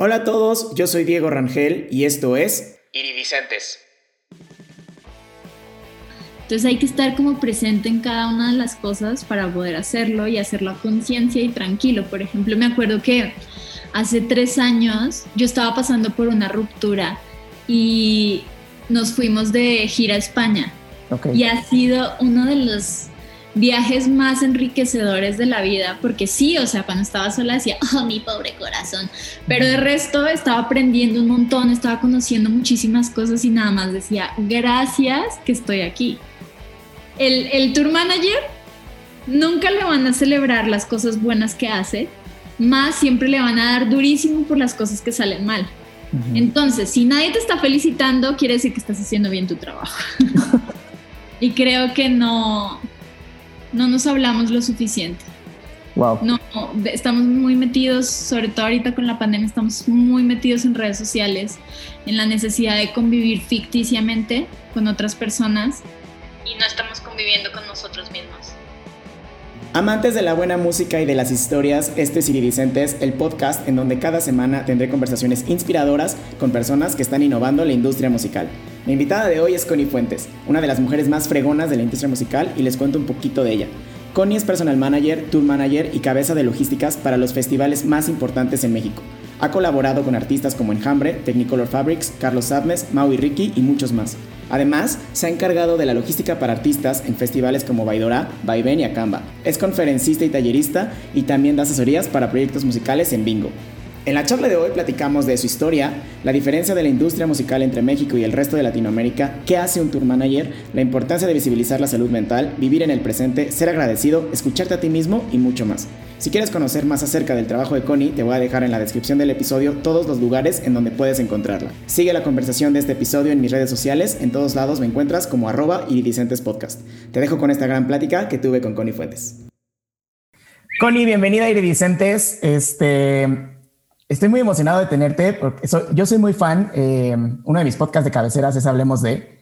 Hola a todos, yo soy Diego Rangel y esto es Iridicentes. Entonces hay que estar como presente en cada una de las cosas para poder hacerlo y hacerlo a conciencia y tranquilo. Por ejemplo, me acuerdo que hace 3 años yo estaba pasando por una ruptura y nos fuimos de gira a España. Okay. Y ha sido uno de los viajes más enriquecedores de la vida, porque sí, o sea, cuando estaba sola decía, oh, mi pobre corazón, pero de resto estaba aprendiendo un montón, estaba conociendo muchísimas cosas y nada más decía, gracias que estoy aquí. El tour manager nunca le van a celebrar las cosas buenas que hace, más siempre le van a dar durísimo por las cosas que salen mal. Uh-huh. Entonces, si nadie te está felicitando, quiere decir que estás haciendo bien tu trabajo. Y creo que no nos hablamos lo suficiente. Wow. No, estamos muy metidos, sobre todo ahorita con la pandemia, estamos muy metidos en redes sociales, en la necesidad de convivir ficticiamente con otras personas y no estamos conviviendo con nosotros mismos. Amantes de la buena música y de las historias, este es Iridicentes, el podcast en donde cada semana tendré conversaciones inspiradoras con personas que están innovando la industria musical. Mi invitada de hoy es Connie Fuentes, una de las mujeres más fregonas de la industria musical, y les cuento un poquito de ella. Connie es personal manager, tour manager y cabeza de logísticas para los festivales más importantes en México. Ha colaborado con artistas como Enjambre, Technicolor Fabrics, Carlos Sadmes, Mau y Ricky y muchos más. Además, se ha encargado de la logística para artistas en festivales como Baidora, Vaivén y Acamba. Es conferencista y tallerista y también da asesorías para proyectos musicales en Bingo. En la charla de hoy platicamos de su historia, la diferencia de la industria musical entre México y el resto de Latinoamérica, qué hace un tour manager, la importancia de visibilizar la salud mental, vivir en el presente, ser agradecido, escucharte a ti mismo y mucho más. Si quieres conocer más acerca del trabajo de Connie, te voy a dejar en la descripción del episodio todos los lugares en donde puedes encontrarla. Sigue la conversación de este episodio en mis redes sociales, en todos lados me encuentras como @iridicentespodcast. Te dejo con esta gran plática que tuve con Connie Fuentes. Connie, bienvenida a Iridicentes. Estoy muy emocionado de tenerte porque yo soy muy fan. Uno de mis podcasts de cabeceras es Hablemos de.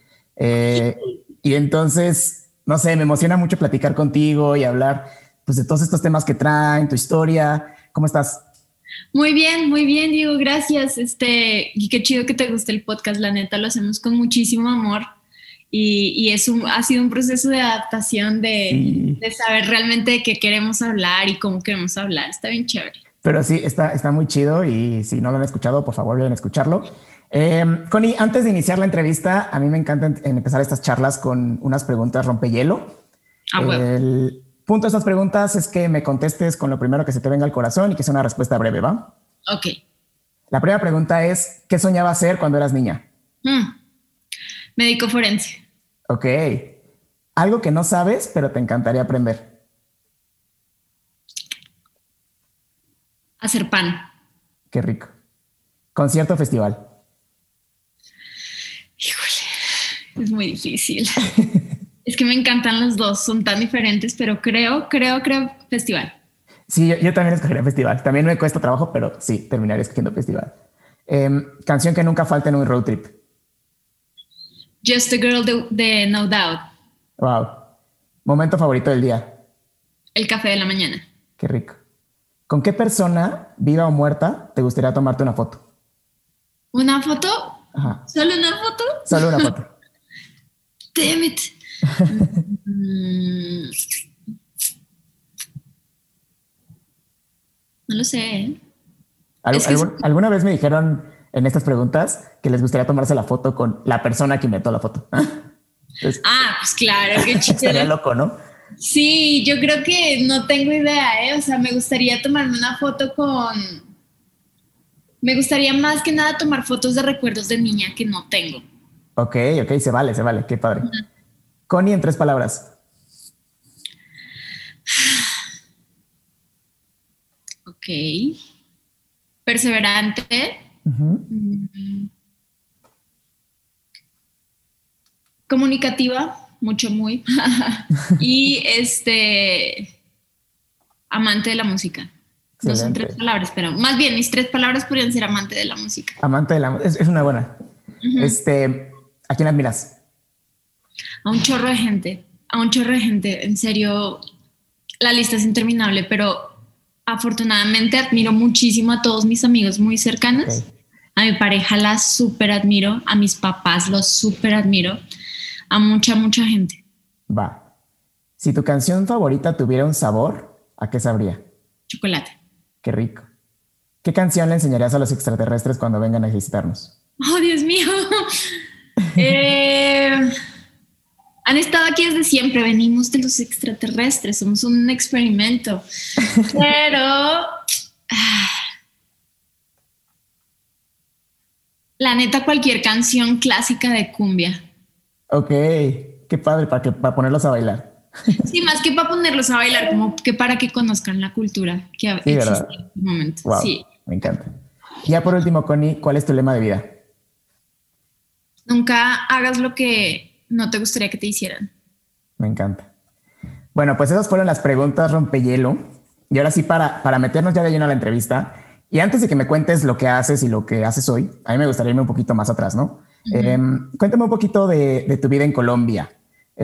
Y entonces, no sé, me emociona mucho platicar contigo y hablar pues, de todos estos temas que traen, tu historia. ¿Cómo estás? Muy bien, Diego, gracias. Y qué chido que te guste el podcast, la neta, lo hacemos con muchísimo amor. Y ha sido un proceso de adaptación de saber realmente de qué queremos hablar y cómo queremos hablar. Está bien chévere. Pero sí, está muy chido y si no lo han escuchado, por favor, vayan a escucharlo. Connie, antes de iniciar la entrevista, a mí me encanta empezar estas charlas con unas preguntas rompehielo. Bueno. El punto de estas preguntas es que me contestes con lo primero que se te venga al corazón y que sea una respuesta breve, ¿va? Ok. La primera pregunta es, ¿qué soñabas ser cuando eras niña? Médico forense. Ok. Algo que no sabes, pero te encantaría aprender. Hacer pan. Qué rico. Concierto o festival. Híjole, es muy difícil. Es que me encantan los dos, son tan diferentes, pero creo festival. Sí, yo también escogería festival. También me cuesta trabajo, pero sí, terminaría escogiendo festival. Canción que nunca falta en un road trip. Just a Girl de No Doubt. Wow. Momento favorito del día. El café de la mañana. Qué rico. ¿Con qué persona, viva o muerta, te gustaría tomarte una foto? ¿Una foto? Ajá. ¿Solo una foto? Solo una foto. Damn it. No lo sé, ¿eh? ¿Alguna vez me dijeron en estas preguntas que les gustaría tomarse la foto con la persona que inventó la foto? Entonces, pues claro, qué chido. Estaría loco, ¿no? Sí, yo creo que no tengo idea, ¿eh? O sea, me gustaría tomarme una foto me gustaría más que nada tomar fotos de recuerdos de niña que no tengo. Ok, se vale, qué padre. Connie, en 3 palabras. Ok. Perseverante. Comunicativa, muy. Y amante de la música. Excelente. No son 3 palabras, pero más bien mis 3 palabras podrían ser amante de la música. Amante de la música, es una buena. ¿A quién admiras? A un chorro de gente, en serio, la lista es interminable, pero afortunadamente admiro muchísimo a todos mis amigos muy cercanos. Ok. A mi pareja la súper admiro, a mis papás los súper admiro, a mucha, mucha gente. Va. Si tu canción favorita tuviera un sabor, ¿a qué sabría? Chocolate. Qué rico. ¿Qué canción le enseñarías a los extraterrestres cuando vengan a visitarnos? Oh, Dios mío. Han estado aquí desde siempre, venimos de los extraterrestres, somos un experimento. Pero la neta, cualquier canción clásica de cumbia. Ok, qué padre, para ponerlos a bailar. Sí, más que para ponerlos a bailar, como que para que conozcan la cultura que Sí, existe ¿verdad? en este momento. Wow, Sí. me encanta. Y ya por último, Connie, ¿cuál es tu lema de vida? Nunca hagas lo que no te gustaría que te hicieran. Me encanta. Bueno, pues esas fueron las preguntas rompehielo. Y ahora sí, para meternos ya de lleno a la entrevista, y antes de que me cuentes lo que haces y lo que haces hoy, a mí me gustaría irme un poquito más atrás, ¿no? Cuéntame un poquito de tu vida en Colombia,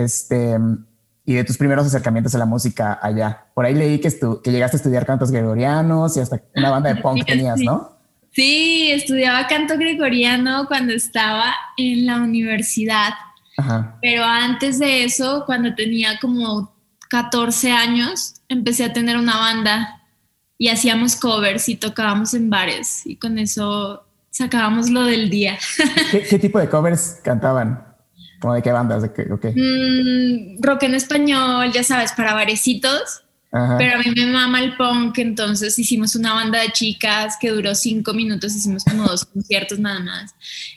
y de tus primeros acercamientos a la música allá. Por ahí leí que llegaste a estudiar cantos gregorianos y hasta una banda de punk tenías, ¿no? Sí, estudiaba canto gregoriano cuando estaba en la universidad. Ajá. Pero antes de eso, cuando tenía como 14 años, empecé a tener una banda y hacíamos covers y tocábamos en bares y con eso sacábamos lo del día. ¿Qué tipo de covers cantaban? ¿Cómo de qué bandas? Okay. Rock en español, ya sabes, para barecitos. Ajá. Pero a mí me mama el punk, entonces hicimos una banda de chicas que duró 5 minutos, hicimos como 2 conciertos nada más.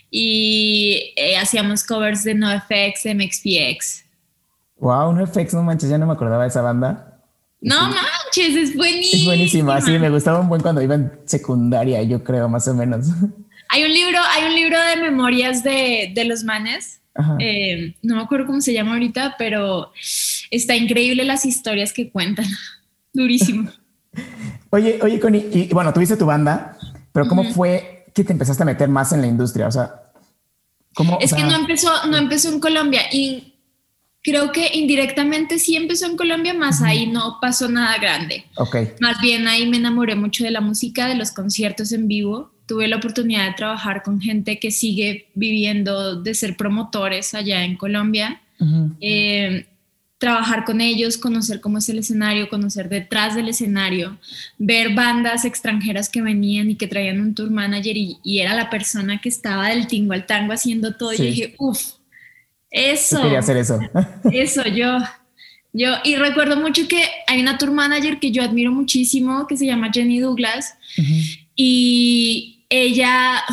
Y hacíamos covers de NoFX, de MXPX. Wow, NoFX, no manches, ya no me acordaba de esa banda. No manches, es buenísima. Es buenísima, sí, me gustaba un buen cuando iba en secundaria, yo creo, más o menos. Hay un libro de memorias de los manes. No me acuerdo cómo se llama ahorita, pero está increíble las historias que cuentan. Durísimo. Oye, Connie, y bueno, tuviste tu banda, pero ¿cómo fue que te empezaste a meter más en la industria? O sea, ¿cómo? Es que no empezó en Colombia y creo que indirectamente sí empezó en Colombia, más ahí no pasó nada grande. Okay. Más bien ahí me enamoré mucho de la música, de los conciertos en vivo. Tuve la oportunidad de trabajar con gente que sigue viviendo, de ser promotores allá en Colombia. Trabajar con ellos, conocer cómo es el escenario, conocer detrás del escenario, ver bandas extranjeras que venían y que traían un tour manager y era la persona que estaba del tingo al tango haciendo todo. Sí. Y dije, eso. Yo quería hacer eso. Eso, yo. Y recuerdo mucho que hay una tour manager que yo admiro muchísimo, que se llama Jenny Douglas, y ella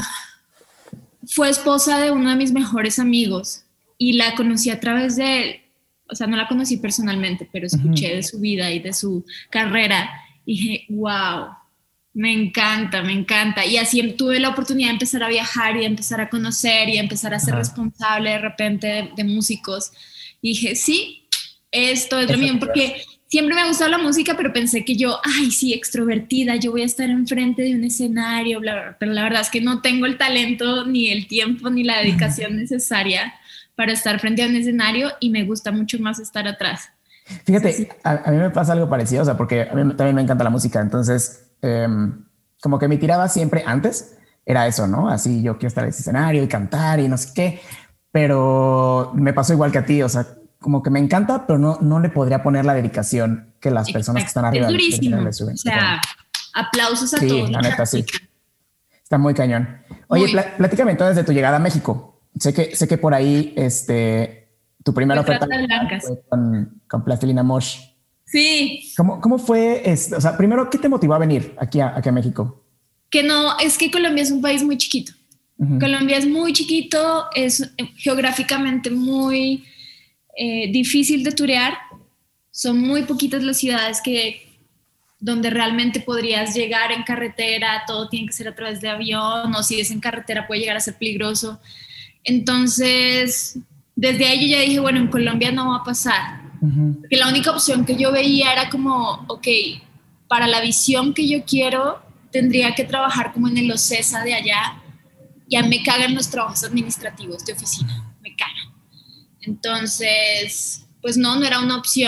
fue esposa de uno de mis mejores amigos y la conocí a través de él. O sea, no la conocí personalmente, pero escuché de su vida y de su carrera y dije, wow, me encanta. Y así tuve la oportunidad de empezar a viajar y de empezar a conocer y de empezar a ser responsable de repente de músicos. Y dije, sí, esto es lo mío, porque siempre me ha gustado la música, pero pensé que yo, sí, extrovertida, yo voy a estar enfrente de un escenario, bla, bla, pero la verdad es que no tengo el talento, ni el tiempo, ni la dedicación necesaria para estar frente a un escenario y me gusta mucho más estar atrás. Fíjate, sí. A mí me pasa algo parecido, o sea, porque a mí también me encanta la música, entonces como que mi tirada siempre antes era eso, ¿no? Así yo quiero estar en ese escenario y cantar y no sé qué, pero me pasó igual que a ti, o sea, como que me encanta, pero no le podría poner la dedicación que las personas que están arriba. Es durísimo, le suben. O sea, aplausos a todos. Sí, la neta, sí. Está muy cañón. Oye, platícame entonces de tu llegada a México. Sé que por ahí tu primera oferta fue con Plastilina Mosh. Sí. ¿Cómo fue? O sea, primero, ¿qué te motivó a venir aquí a México? Que no, es que Colombia es un país muy chiquito. Colombia es muy chiquito, es geográficamente muy difícil de turear. Son muy poquitas las ciudades donde realmente podrías llegar en carretera, todo tiene que ser a través de avión, o si es en carretera puede llegar a ser peligroso. Entonces, desde ahí yo ya dije, bueno, en Colombia no va a pasar. Porque la única opción que yo veía era como, para la visión que yo quiero, tendría que trabajar como en el OCESA de allá. Ya me cagan los trabajos administrativos de oficina, me cagan. Entonces, pues no era una opción.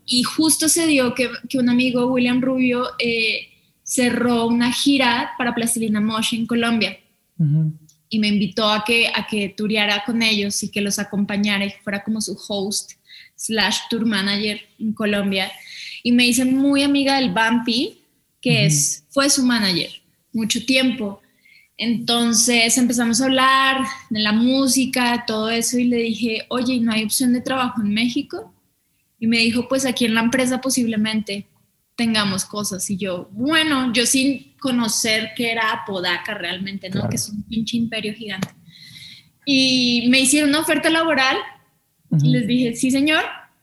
y justo se dio que un amigo, William Rubio, cerró una gira para Plastilina Mosh en Colombia. Y me invitó a que tureara con ellos y que los acompañara y fuera como su host / tour manager en Colombia. Y me hice muy amiga del Bumpy, que fue su manager mucho tiempo. Entonces empezamos a hablar de la música, todo eso, y le dije, oye, ¿no hay opción de trabajo en México? Y me dijo, pues aquí en la empresa posiblemente tengamos cosas. Y yo, bueno, yo sin conocer qué era Apodaca realmente, ¿no? Claro. Que es un pinche imperio gigante. Y me hicieron una oferta laboral y les dije, sí, señor.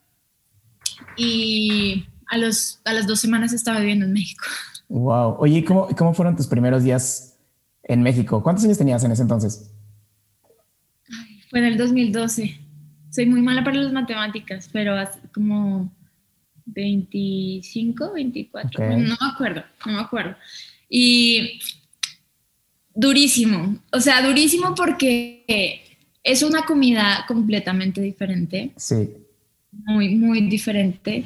Y a las 2 semanas estaba viviendo en México. Wow. Oye, ¿cómo fueron tus primeros días en México? ¿Cuántos años tenías en ese entonces? Fue en el 2012. Soy muy mala para las matemáticas, pero como 25, 24. Okay. No me acuerdo. Y durísimo. O sea, durísimo porque es una comida completamente diferente. Sí. Muy, muy diferente.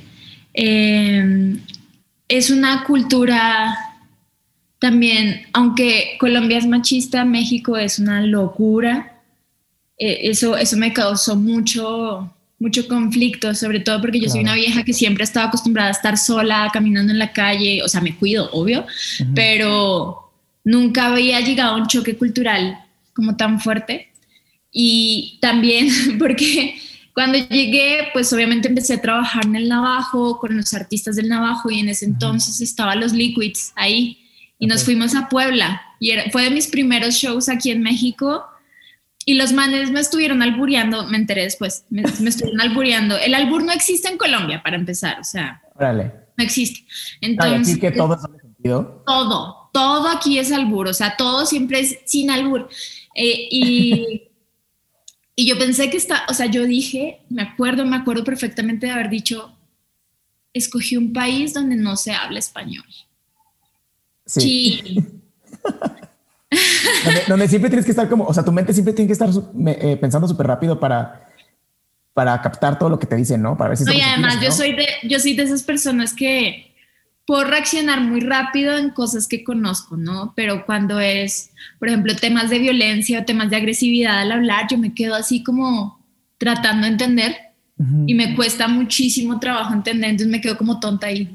Es una cultura también, aunque Colombia es machista, México es una locura. Eso me causó mucho conflicto, sobre todo porque yo soy una vieja que siempre estaba acostumbrada a estar sola, caminando en la calle. O sea, me cuido, obvio, pero nunca había llegado a un choque cultural como tan fuerte. Y también porque cuando llegué, pues obviamente empecé a trabajar en el Navajo, con los artistas del Navajo, y en ese entonces estaban los Liquids ahí, y nos fuimos a Puebla, y fue de mis primeros shows aquí en México. Y los manes me estuvieron albureando, me enteré después, me estuvieron albureando. El albur no existe en Colombia, para empezar, o sea, órale, no existe. Entonces, aquí que todo es doble sentido. Todo aquí es albur, o sea, todo siempre es sin albur. Y yo pensé que yo dije, me acuerdo perfectamente de haber dicho, escogí un país donde no se habla español. Sí. donde siempre tienes que estar como, o sea, tu mente siempre tiene que estar pensando súper rápido para captar todo lo que te dicen, ¿no? Para ver si no, y además, ¿no? yo soy de esas personas que puedo reaccionar muy rápido en cosas que conozco, ¿no? Pero cuando es, por ejemplo, temas de violencia o temas de agresividad al hablar, yo me quedo así como tratando de entender y me cuesta muchísimo trabajo entender, entonces me quedo como tonta ahí.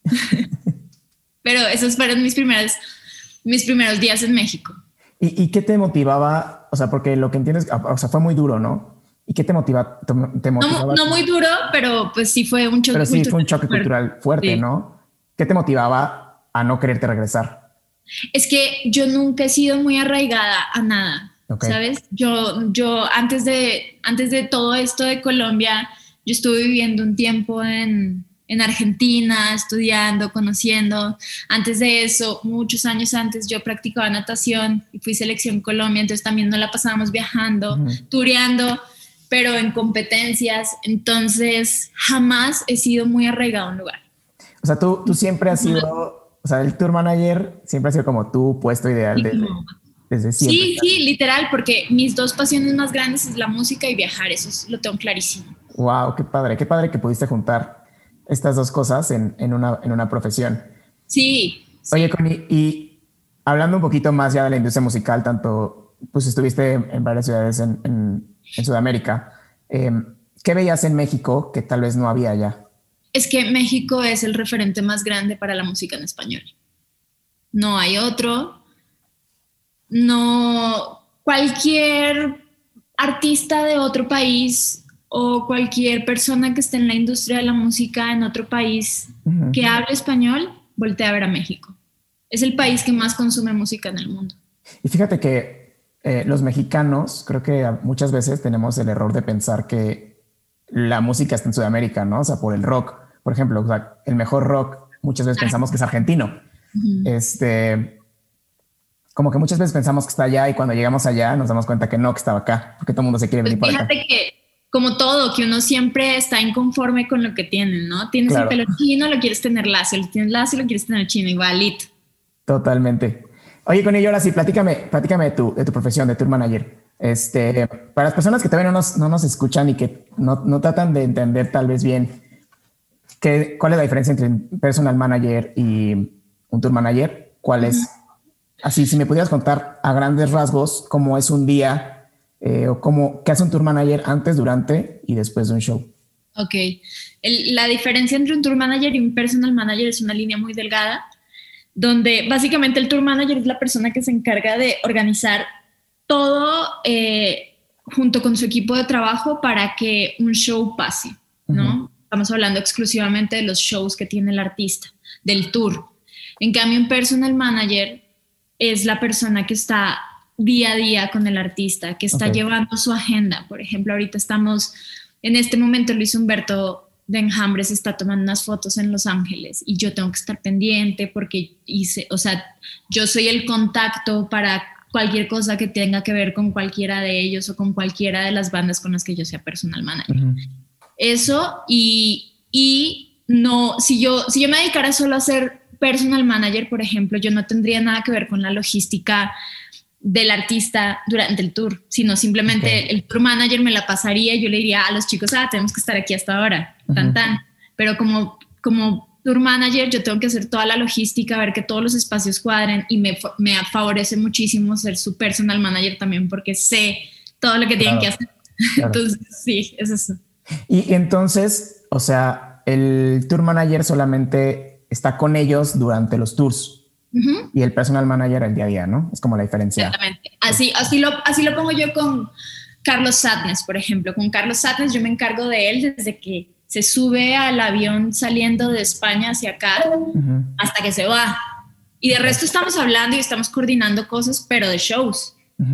Pero esos fueron mis primeros días en México. ¿Y qué te motivaba? O sea, porque lo que entiendes, o sea, fue muy duro, ¿no? ¿Y qué te motivaba? No muy duro, pero pues sí fue un choque cultural. Pero sí fue un choque cultural fuerte, sí. ¿No? ¿Qué te motivaba a no quererte regresar? Es que yo nunca he sido muy arraigada a nada, okay. ¿Sabes? Yo antes de todo esto de Colombia, yo estuve viviendo un tiempo en Argentina, estudiando, conociendo. Antes de eso, muchos años antes, yo practicaba natación y fui selección Colombia, entonces también nos la pasábamos viajando, tureando, pero en competencias. Entonces, jamás he sido muy arraigado a un lugar. O sea, tú siempre has sido, o sea, el tour manager siempre ha sido como tu puesto ideal desde siempre. Sí, literal, porque mis 2 pasiones más grandes es la música y viajar, eso lo tengo clarísimo. Wow, qué padre que pudiste juntar estas 2 cosas en una profesión. Sí. Oye, Connie, y hablando un poquito más ya de la industria musical, tanto pues estuviste en varias ciudades en Sudamérica, ¿qué veías en México que tal vez no había allá? Es que México es el referente más grande para la música en español. No hay otro. No, cualquier artista de otro país o cualquier persona que esté en la industria de la música en otro país que hable español, voltea a ver a México. Es el país que más consume música en el mundo. Y fíjate que los mexicanos, creo que muchas veces tenemos el error de pensar que la música está en Sudamérica, ¿no? O sea, por el rock, por ejemplo, o sea, el mejor rock muchas veces pensamos que es argentino. Como que muchas veces pensamos que está allá y cuando llegamos allá nos damos cuenta que no, que estaba acá, porque todo el mundo se quiere venir por acá. Fíjate que como todo, que uno siempre está inconforme con lo que tienen, ¿no? Tienes el pelo chino, lo quieres tener lacio, lo tienes lacio, lo quieres tener chino, igualito. Totalmente. Oye, Connie, ahora sí, platícame de tu profesión, de tour manager. Para las personas que todavía no nos escuchan y que no tratan de entender tal vez bien ¿Cuál es la diferencia entre un personal manager y un tour manager? ¿Cuál es? Así, si me pudieras contar a grandes rasgos cómo es un día o qué hace un tour manager antes, durante y después de un show. Ok. La diferencia entre un tour manager y un personal manager es una línea muy delgada, donde básicamente el tour manager es la persona que se encarga de organizar todo junto con su equipo de trabajo para que un show pase, ¿no? Estamos hablando exclusivamente de los shows que tiene el artista, del tour. En cambio, un personal manager es la persona que está día a día con el artista, que está llevando su agenda. Por ejemplo, ahorita estamos, en este momento Luis Humberto de Enjambres está tomando unas fotos en Los Ángeles y yo tengo que estar pendiente porque yo soy el contacto para cualquier cosa que tenga que ver con cualquiera de ellos o con cualquiera de las bandas con las que yo sea personal manager. Eso y no, si yo me dedicara solo a ser personal manager, por ejemplo, yo no tendría nada que ver con la logística del artista durante el tour, sino simplemente el tour manager me la pasaría y yo le diría a los chicos, tenemos que estar aquí hasta ahora, tan. Pero como tour manager yo tengo que hacer toda la logística, ver que todos los espacios cuadren y me favorece muchísimo ser su personal manager también porque sé todo lo que tienen que hacer. Claro. Entonces, sí, es eso. Y entonces, o sea, el tour manager solamente está con ellos durante los tours. Y el personal manager el día a día, ¿no? Es como la diferencia. Exactamente. Así lo pongo yo con Carlos Sadness, por ejemplo. Con Carlos Sadness yo me encargo de él desde que se sube al avión saliendo de España hacia acá hasta que se va. Y de resto estamos hablando y estamos coordinando cosas, pero de shows.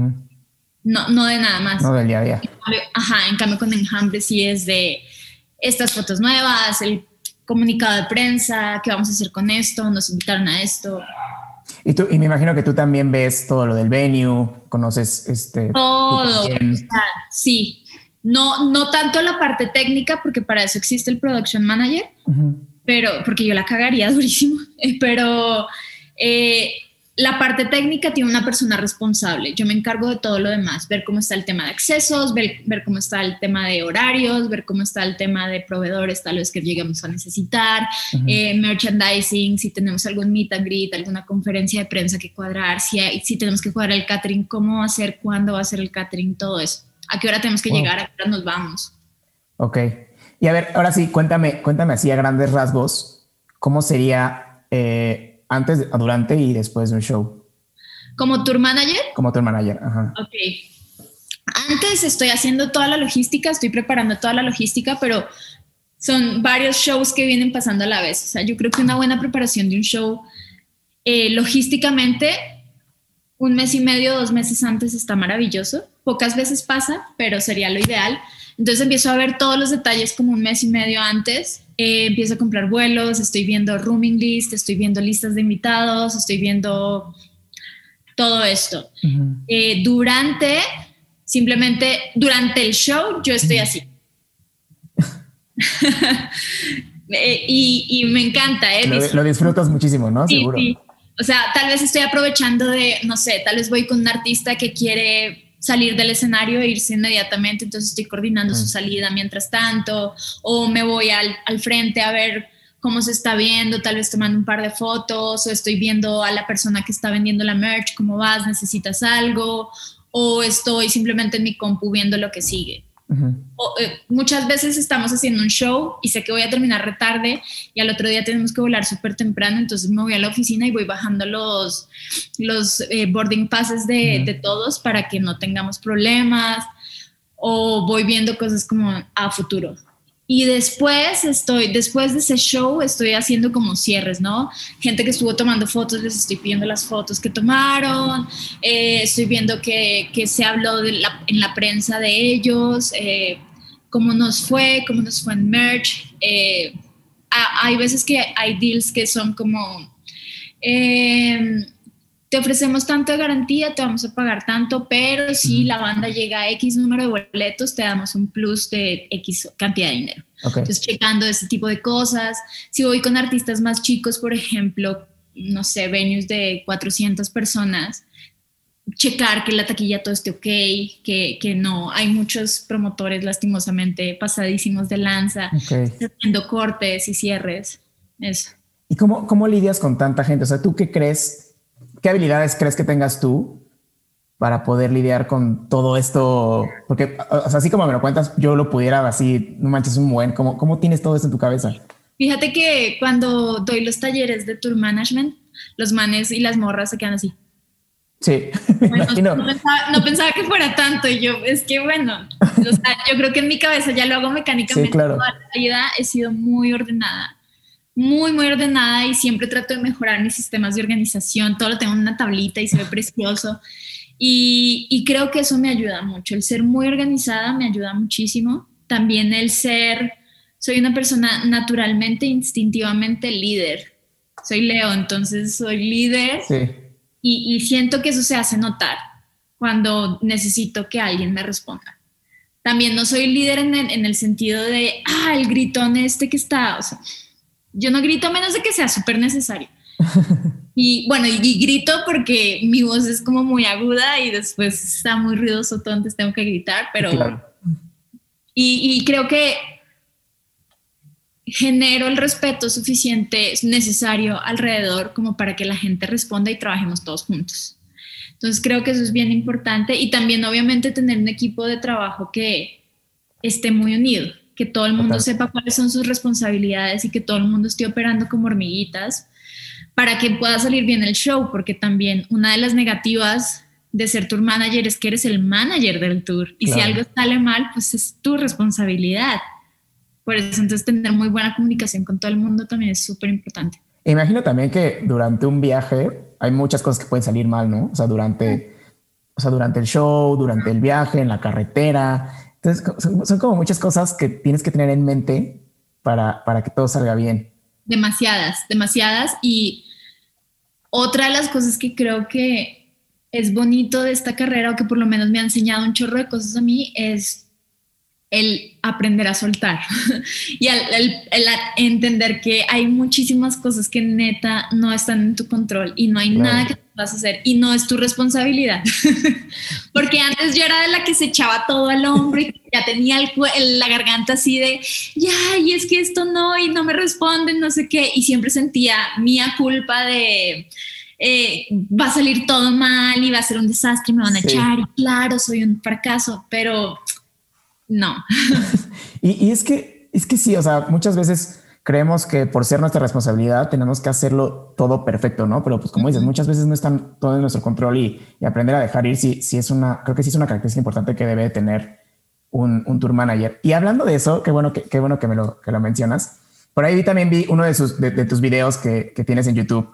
No de nada más. No del día a día. En cambio con Enjambre sí es de estas fotos nuevas, el comunicado de prensa, qué vamos a hacer con esto, nos invitaron a esto. Y me imagino que tú también ves todo lo del venue, conoces todo. Sí, no tanto la parte técnica, porque para eso existe el production manager, pero porque yo la cagaría durísimo, pero la parte técnica tiene una persona responsable. Yo me encargo de todo lo demás, ver cómo está el tema de accesos, ver cómo está el tema de horarios, ver cómo está el tema de proveedores tal vez que lleguemos a necesitar, merchandising, si tenemos algún meet and greet, alguna conferencia de prensa que cuadrar, si tenemos que cuadrar el catering, cómo va a ser, cuándo va a ser el catering, todo eso. ¿A qué hora tenemos que llegar? ¿A qué hora nos vamos? Ok. Y a ver, ahora sí, cuéntame así a grandes rasgos, ¿cómo sería antes, durante y después de un show? ¿Como tour manager? Como tour manager, ajá. Ok. Antes estoy haciendo toda la logística, estoy preparando toda la logística, pero son varios shows que vienen pasando a la vez. O sea, yo creo que una buena preparación de un show logísticamente, 1 mes y medio, 2 meses antes está maravilloso. Pocas veces pasa, pero sería lo ideal. Entonces empiezo a ver todos los detalles como 1 mes y medio antes. Empiezo a comprar vuelos, estoy viendo rooming list, estoy viendo listas de invitados, estoy viendo todo esto. Durante el show yo estoy así. y me encanta. Lo disfrutas muchísimo, ¿no? Sí, seguro. Sí. O sea, tal vez estoy aprovechando tal vez voy con un artista que quiere salir del escenario e irse inmediatamente, entonces estoy coordinando su salida mientras tanto, o me voy al frente a ver cómo se está viendo, tal vez tomando un par de fotos, o estoy viendo a la persona que está vendiendo la merch, cómo vas, necesitas algo, o estoy simplemente en mi compu viendo lo que sigue. Muchas veces estamos haciendo un show y sé que voy a terminar re tarde y al otro día tenemos que volar súper temprano, entonces me voy a la oficina y voy bajando los boarding passes de todos para que no tengamos problemas, o voy viendo cosas como a futuro. Y después de ese show estoy haciendo como cierres, ¿no? Gente que estuvo tomando fotos, les estoy pidiendo las fotos que tomaron, estoy viendo que se habló en la prensa de ellos, cómo nos fue en merch. Hay veces que hay deals que son como, te ofrecemos tanto de garantía, te vamos a pagar tanto, pero si la banda llega a X número de boletos, te damos un plus de X cantidad de dinero. Entonces, checando ese tipo de cosas. Si voy con artistas más chicos, por ejemplo, no sé, venues de 400 personas, checar que la taquilla todo esté ok, que no, hay muchos promotores lastimosamente pasadísimos de lanza, haciendo cortes y cierres, eso. ¿Y cómo lidias con tanta gente? O sea, ¿tú qué crees? ¿Qué habilidades crees que tengas tú para poder lidiar con todo esto? Porque, o sea, así como me lo cuentas, yo lo pudiera así, no manches, un buen. ¿Cómo tienes todo esto en tu cabeza? Fíjate que cuando doy los talleres de tour management, los manes y las morras se quedan así. Sí, me imagino. No pensaba que fuera tanto. Y yo, es que bueno, o sea, yo creo que en mi cabeza ya lo hago mecánicamente. Sí, claro. Toda la vida he sido muy ordenada. Muy, muy ordenada y siempre trato de mejorar mis sistemas de organización. Todo lo tengo en una tablita y se ve precioso. Y creo que eso me ayuda mucho. El ser muy organizada me ayuda muchísimo. También soy una persona naturalmente, instintivamente líder. Soy Leo, entonces soy líder. Sí. Y siento que eso se hace notar cuando necesito que alguien me responda. También no soy líder en el sentido de, el gritón que está, o sea, yo no grito a menos de que sea súper necesario. Y bueno, y grito porque mi voz es como muy aguda y después está muy ruidoso todo, entonces tengo que gritar, pero... Claro. Y creo que genero el respeto suficiente, necesario alrededor como para que la gente responda y trabajemos todos juntos. Entonces creo que eso es bien importante y también obviamente tener un equipo de trabajo que esté muy unido, que todo el mundo sepa cuáles son sus responsabilidades y que todo el mundo esté operando como hormiguitas para que pueda salir bien el show, porque también una de las negativas de ser tour manager es que eres el manager del tour y claro, si algo sale mal, pues es tu responsabilidad. Por eso, entonces, tener muy buena comunicación con todo el mundo también es súper importante. Imagino también que durante un viaje hay muchas cosas que pueden salir mal, ¿no? O sea, durante el show, durante el viaje, en la carretera. Entonces, son como muchas cosas que tienes que tener en mente para que todo salga bien. Demasiadas. Y otra de las cosas que creo que es bonito de esta carrera, o que por lo menos me ha enseñado un chorro de cosas a mí, es el aprender a soltar y el entender que hay muchísimas cosas que neta no están en tu control y no hay nada que tú vas a hacer y no es tu responsabilidad. Porque antes yo era de la que se echaba todo al hombro y ya tenía la garganta así de y es que esto no, y no me responden, no sé qué, y siempre sentía mía culpa de va a salir todo mal y va a ser un desastre y me van a echar, y claro, soy un fracaso, pero no. y es que sí, o sea, muchas veces creemos que por ser nuestra responsabilidad tenemos que hacerlo todo perfecto, ¿no? Pero pues como dices, muchas veces no están todo en nuestro control y aprender a dejar ir, creo que sí es una característica importante que debe tener un tour manager. Y hablando de eso, qué bueno que lo mencionas. Por ahí también vi uno de tus videos que tienes en YouTube,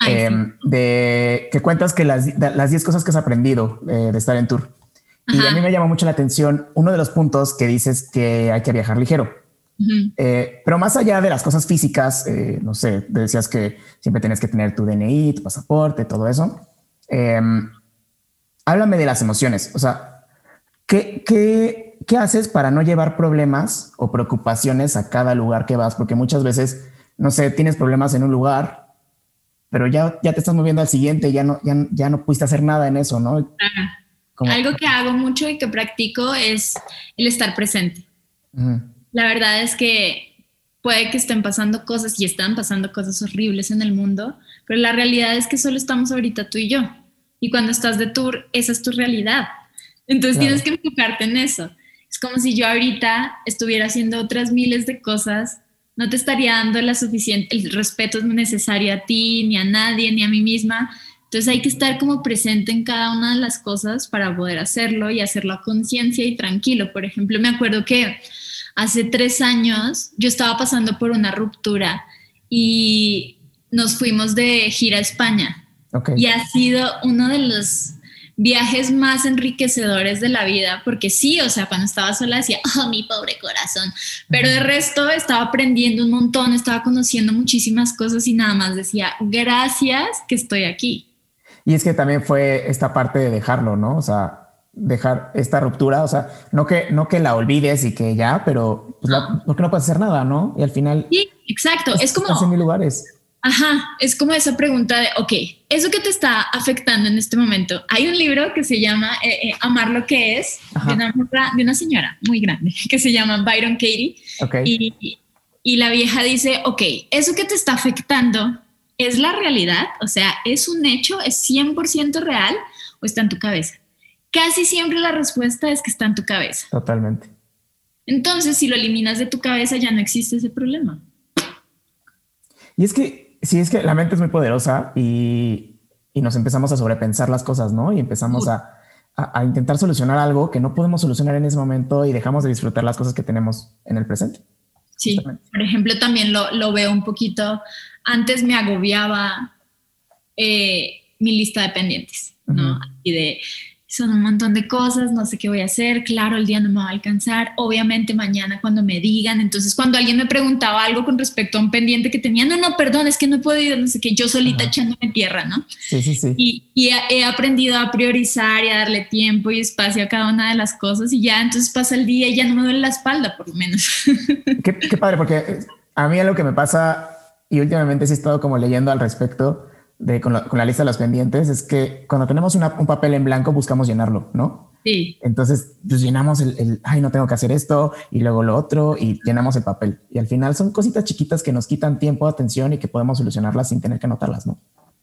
de que cuentas que las 10 cosas que has aprendido de estar en tour. Y a mí me llama mucho la atención uno de los puntos que dices que hay que viajar ligero. Pero más allá de las cosas físicas, no sé, decías que siempre tienes que tener tu DNI, tu pasaporte, todo eso. Háblame de las emociones. O sea, ¿qué haces para no llevar problemas o preocupaciones a cada lugar que vas? Porque muchas veces, no sé, tienes problemas en un lugar, pero ya te estás moviendo al siguiente, ya no pudiste hacer nada en eso, ¿no? Algo que hago mucho y que practico es el estar presente. La verdad es que puede que estén pasando cosas y están pasando cosas horribles en el mundo, pero la realidad es que solo estamos ahorita tú y yo. Y cuando estás de tour, esa es tu realidad. Entonces tienes que enfocarte en eso. Es como si yo ahorita estuviera haciendo otras miles de cosas, no te estaría dando el respeto necesario a ti, ni a nadie, ni a mí misma. Entonces hay que estar como presente en cada una de las cosas para poder hacerlo y hacerlo a conciencia y tranquilo. Por ejemplo, me acuerdo que hace 3 años yo estaba pasando por una ruptura y nos fuimos de gira a España. Y ha sido uno de los viajes más enriquecedores de la vida, porque sí, o sea, cuando estaba sola decía, mi pobre corazón, pero de resto estaba aprendiendo un montón, estaba conociendo muchísimas cosas y nada más decía, gracias que estoy aquí. Y es que también fue esta parte de dejarlo, ¿no? O sea, dejar esta ruptura, o sea, no que la olvides y que ya, pero pues porque no puedes hacer nada, ¿no? Y al final... Sí, exacto. Es como... Estás en 1000 lugares. Ajá, es como esa pregunta de, ok, eso que te está afectando en este momento. Hay un libro que se llama Amar lo que es, de una señora muy grande que se llama Byron Katie. Okay. Y la vieja dice, ok, eso que te está afectando es la realidad, o sea, es un hecho, es 100% real o está en tu cabeza. Casi siempre la respuesta es que está en tu cabeza. Totalmente. Entonces, si lo eliminas de tu cabeza, ya no existe ese problema. Y es que, sí, es que la mente es muy poderosa y nos empezamos a sobrepensar las cosas, ¿no? Y empezamos a intentar solucionar algo que no podemos solucionar en ese momento y dejamos de disfrutar las cosas que tenemos en el presente. Sí, por ejemplo, también lo veo un poquito. Antes me agobiaba mi lista de pendientes, ¿no? Y de, son un montón de cosas, no sé qué voy a hacer, claro, el día no me va a alcanzar, obviamente mañana cuando me digan. Entonces, cuando alguien me preguntaba algo con respecto a un pendiente que tenía, no, perdón, es que no puedo ir, no sé qué, yo solita echándome tierra, ¿no? Sí. Y he aprendido a priorizar y a darle tiempo y espacio a cada una de las cosas y ya, entonces pasa el día y ya no me duele la espalda, por lo menos. Qué padre, porque a mí algo que me pasa, y últimamente sí he estado como leyendo al respecto, con la lista de los pendientes, es que cuando tenemos un papel en blanco buscamos llenarlo, ¿no? Sí. Entonces pues llenamos ay, no tengo que hacer esto y luego lo otro y llenamos el papel. Y al final son cositas chiquitas que nos quitan tiempo, atención y que podemos solucionarlas sin tener que anotarlas, ¿no?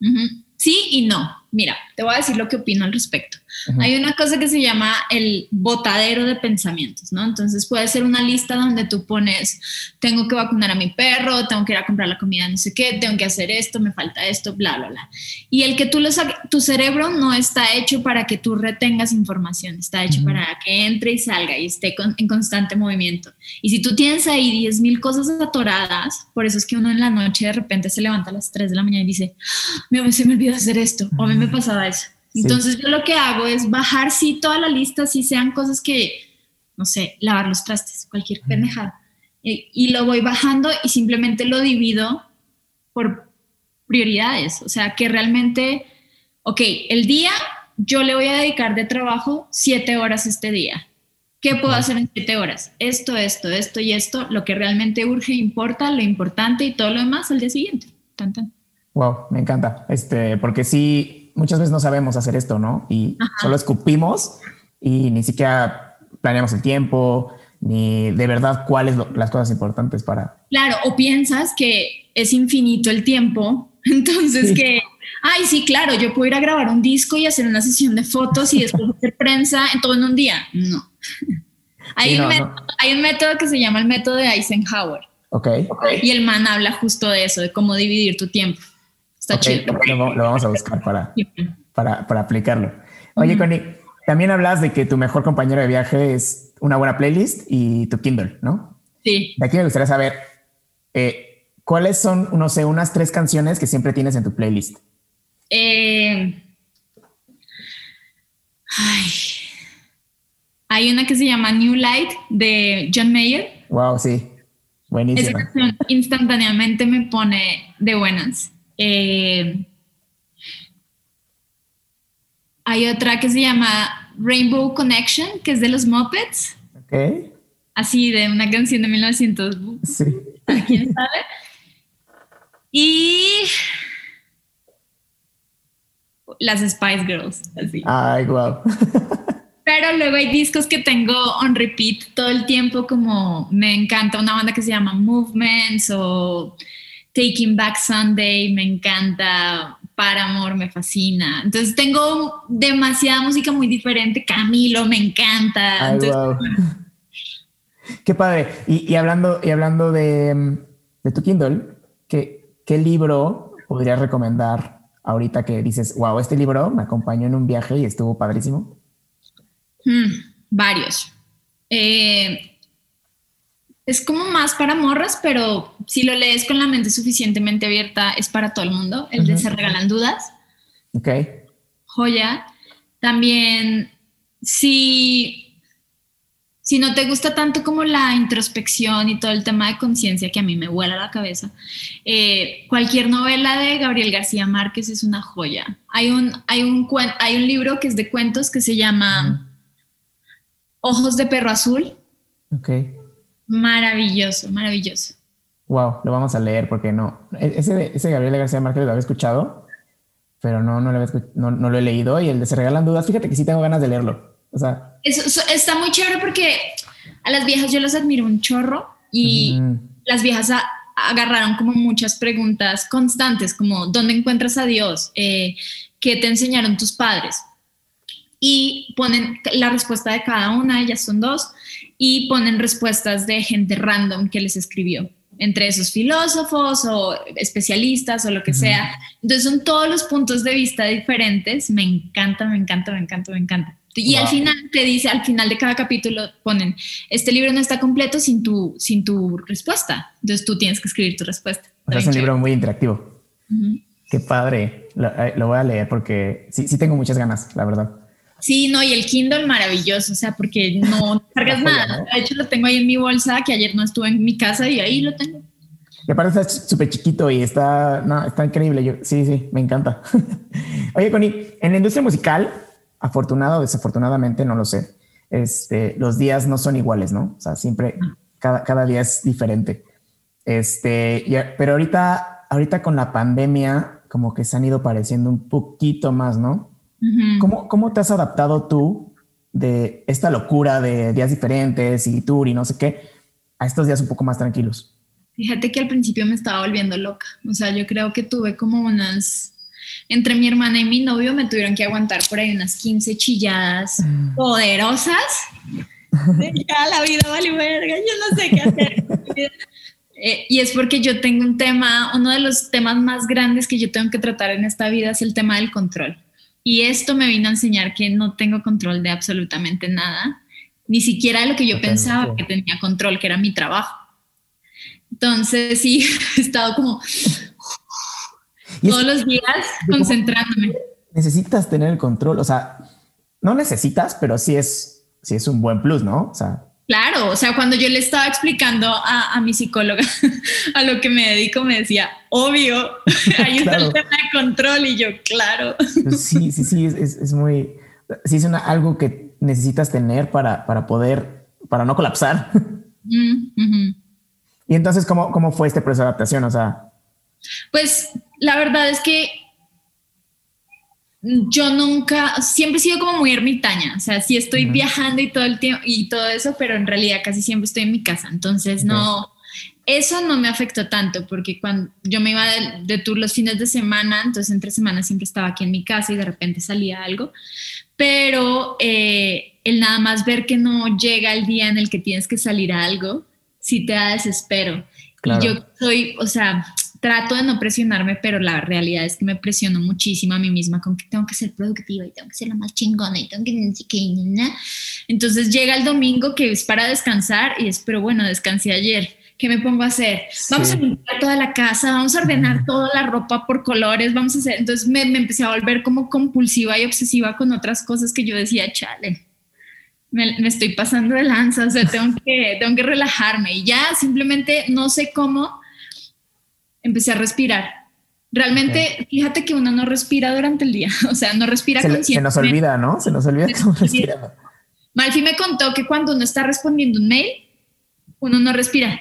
Sí y no. Mira, te voy a decir lo que opino al respecto. Hay una cosa que se llama el botadero de pensamientos, ¿no? Entonces puede ser una lista donde tú pones, tengo que vacunar a mi perro, tengo que ir a comprar la comida, no sé qué, tengo que hacer esto, me falta esto, bla, bla, bla. Y el que tu cerebro no está hecho para que tú retengas información, está hecho para que entre y salga y esté en constante movimiento. Y si tú tienes ahí 10,000 cosas atoradas, por eso es que uno en la noche de repente se levanta a las 3 de la mañana y dice, se me olvidó hacer esto, o a mí me pasaba eso. Entonces yo lo que hago es bajar toda la lista, si sean cosas que, no sé, lavar los trastes, cualquier pendejada, y lo voy bajando y simplemente lo divido por prioridades, o sea, que realmente, ok, el día yo le voy a dedicar de trabajo 7 horas este día. ¿Qué puedo hacer en 7 horas? Esto y esto, lo que realmente urge, importa, lo importante y todo lo demás al día siguiente. Tan, tan. Wow, me encanta. Porque sí, muchas veces no sabemos hacer esto, ¿no? Y solo escupimos y ni siquiera planeamos el tiempo, ni de verdad cuáles las cosas importantes para... Claro, o piensas que es infinito el tiempo, entonces ay, sí, claro, yo puedo ir a grabar un disco y hacer una sesión de fotos y después hacer prensa en todo en un día. No. Hay un método que se llama el método de Eisenhower. Okay. Y el man habla justo de eso, de cómo dividir tu tiempo. Está chido. Lo vamos a buscar para aplicarlo. Oye, Connie, también hablas de que tu mejor compañero de viaje es una buena playlist y tu Kindle, ¿no? Sí. De aquí me gustaría saber cuáles son, no sé, unas 3 canciones que siempre tienes en tu playlist. Hay una que se llama New Light de John Mayer. Wow, sí. Buenísima. Esa canción instantáneamente me pone de buenas. Hay otra que se llama Rainbow Connection, que es de los Muppets. Ok. Así, de una canción de 1900. Sí. ¿Quién sabe? Y las Spice Girls. Así. Ay, wow. Pero luego hay discos que tengo on repeat todo el tiempo, como me encanta una banda que se llama Movements o Taking Back Sunday, me encanta Paramore, me fascina. Entonces tengo demasiada música muy diferente. Camilo, me encanta. Ay, entonces, wow. Qué padre. Y hablando de tu Kindle, ¿qué libro podrías recomendar ahorita que dices, wow, este libro me acompañó en un viaje y estuvo padrísimo? Varios. Es como más para morras, pero si lo lees con la mente suficientemente abierta, es para todo el mundo. El de Se Regalan Dudas. Ok. Joya. También, si no te gusta tanto como la introspección y todo el tema de conciencia, que a mí me vuela la cabeza, cualquier novela de Gabriel García Márquez es una joya. Hay un libro que es de cuentos que se llama Ojos de Perro Azul. Ok. Maravilloso, maravilloso. Wow, lo vamos a leer porque no. Ese Gabriel García Márquez lo había escuchado, pero no lo he leído. Y el de Se Regalan Dudas, fíjate que sí tengo ganas de leerlo. O sea, eso está muy chévere porque a las viejas yo las admiro un chorro y las viejas agarraron como muchas preguntas constantes, como ¿dónde encuentras a Dios? ¿Qué te enseñaron tus padres? Y ponen la respuesta de cada una, ellas son 2, y ponen respuestas de gente random que les escribió, entre esos filósofos o especialistas o lo que sea. Entonces son todos los puntos de vista diferentes. Me encanta. Y al final te dice, al final de cada capítulo ponen, este libro no está completo sin tu respuesta. Entonces tú tienes que escribir tu respuesta. O sea, es un libro muy interactivo. Qué padre. Lo voy a leer porque sí tengo muchas ganas, la verdad. Sí, no, y el Kindle maravilloso, o sea, porque no cargas nada. ¿No? De hecho, lo tengo ahí en mi bolsa, que ayer no estuve en mi casa y ahí lo tengo. Y aparte está súper chiquito y está increíble. Sí, me encanta. Oye, Connie, en la industria musical, afortunado o desafortunadamente, no lo sé, los días no son iguales, ¿no? O sea, siempre, cada día es diferente. Pero ahorita con la pandemia, como que se han ido pareciendo un poquito más, ¿no? ¿Cómo te has adaptado tú de esta locura de días diferentes y tour y no sé qué a estos días un poco más tranquilos? Fíjate que al principio me estaba volviendo loca. O sea, yo creo que tuve como entre mi hermana y mi novio me tuvieron que aguantar por ahí unas 15 chilladas poderosas. Ya la vida vale verga, yo no sé qué hacer. Y es porque yo tengo uno de los temas más grandes que yo tengo que tratar en esta vida es el tema del control. Y esto me vino a enseñar que no tengo control de absolutamente nada, ni siquiera de lo que yo pensaba que tenía control, que era mi trabajo. Entonces sí, he estado como todos los días concentrándome. Necesitas tener el control, o sea, no necesitas, pero sí es un buen plus, ¿no? O sea, claro, o sea, cuando yo le estaba explicando a mi psicóloga a lo que me dedico, me decía, obvio, ahí está el tema de control, y yo, claro. Sí, es muy, sí es algo que necesitas tener para no colapsar. Y entonces, ¿cómo fue este proceso de adaptación? O sea, pues la verdad es que yo siempre he sido como muy ermitaña, o sea, sí estoy viajando y todo el tiempo y todo eso, pero en realidad casi siempre estoy en mi casa, entonces eso no me afectó tanto, porque cuando yo me iba de tour los fines de semana, entonces entre semanas siempre estaba aquí en mi casa y de repente salía algo, pero el nada más ver que no llega el día en el que tienes que salir a algo, sí te da desespero. Claro. Y yo trato de no presionarme, pero la realidad es que me presiono muchísimo a mí misma con que tengo que ser productiva y tengo que ser la más chingona y tengo que... Entonces llega el domingo que es para descansar y pero bueno, descansé ayer. ¿Qué me pongo a hacer? Vamos a limpiar toda la casa, vamos a ordenar toda la ropa por colores, vamos a hacer... Entonces me empecé a volver como compulsiva y obsesiva con otras cosas que yo decía, chale, me estoy pasando de lanza, o sea, tengo que relajarme. Y ya simplemente no sé cómo empecé a respirar. Realmente, fíjate que uno no respira durante el día, o sea, no respira conscientemente. Se nos olvida, ¿no? Se nos olvida cómo respirar. Malfi me contó que cuando uno está respondiendo un mail, uno no respira.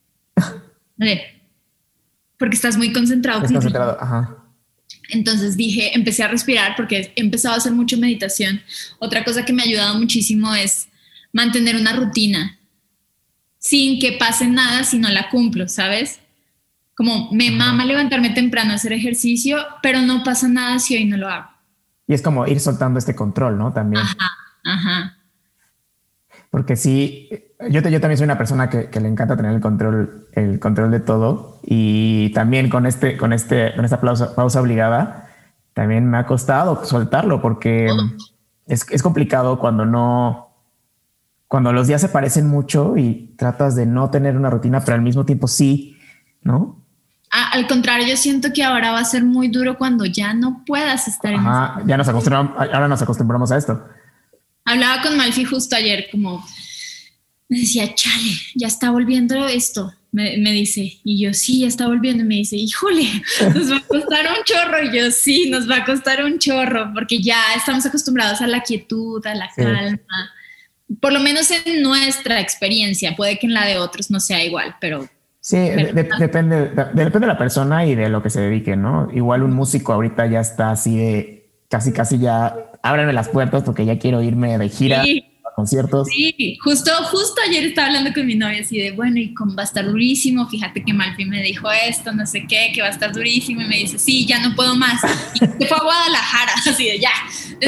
Porque estás muy concentrado. Ajá. Entonces empecé a respirar porque he empezado a hacer mucho meditación. Otra cosa que me ha ayudado muchísimo es mantener una rutina sin que pase nada si no la cumplo, ¿sabes? Como me mama levantarme temprano a hacer ejercicio, pero no pasa nada si hoy no lo hago. Y es como ir soltando este control, ¿no? También. Ajá. Porque sí, yo también soy una persona que le encanta tener el control de todo. Y también con esta pausa obligada, también me ha costado soltarlo porque es complicado cuando los días se parecen mucho y tratas de no tener una rutina, pero al mismo tiempo sí, ¿no? Al contrario, yo siento que ahora va a ser muy duro cuando ya no puedas estar en eso. Ahora nos acostumbramos a esto. Hablaba con Malfi justo ayer, como me decía, chale, ya está volviendo esto, me dice, y yo sí, ya está volviendo, y me dice, híjole, nos va a costar un chorro, y yo sí, nos va a costar un chorro, porque ya estamos acostumbrados a la quietud, a la calma, por lo menos en nuestra experiencia, puede que en la de otros no sea igual, pero Sí, depende de la persona y de lo que se dedique, ¿no? Igual un músico ahorita ya está así de casi ya ábranme las puertas porque ya quiero irme de gira. Sí. A conciertos. Sí, justo ayer estaba hablando con mi novia así de, bueno, y va a estar durísimo, fíjate que Malfi me dijo esto, no sé qué, que va a estar durísimo, y me dice, sí, ya no puedo más, y se fue a Guadalajara, así de, ya,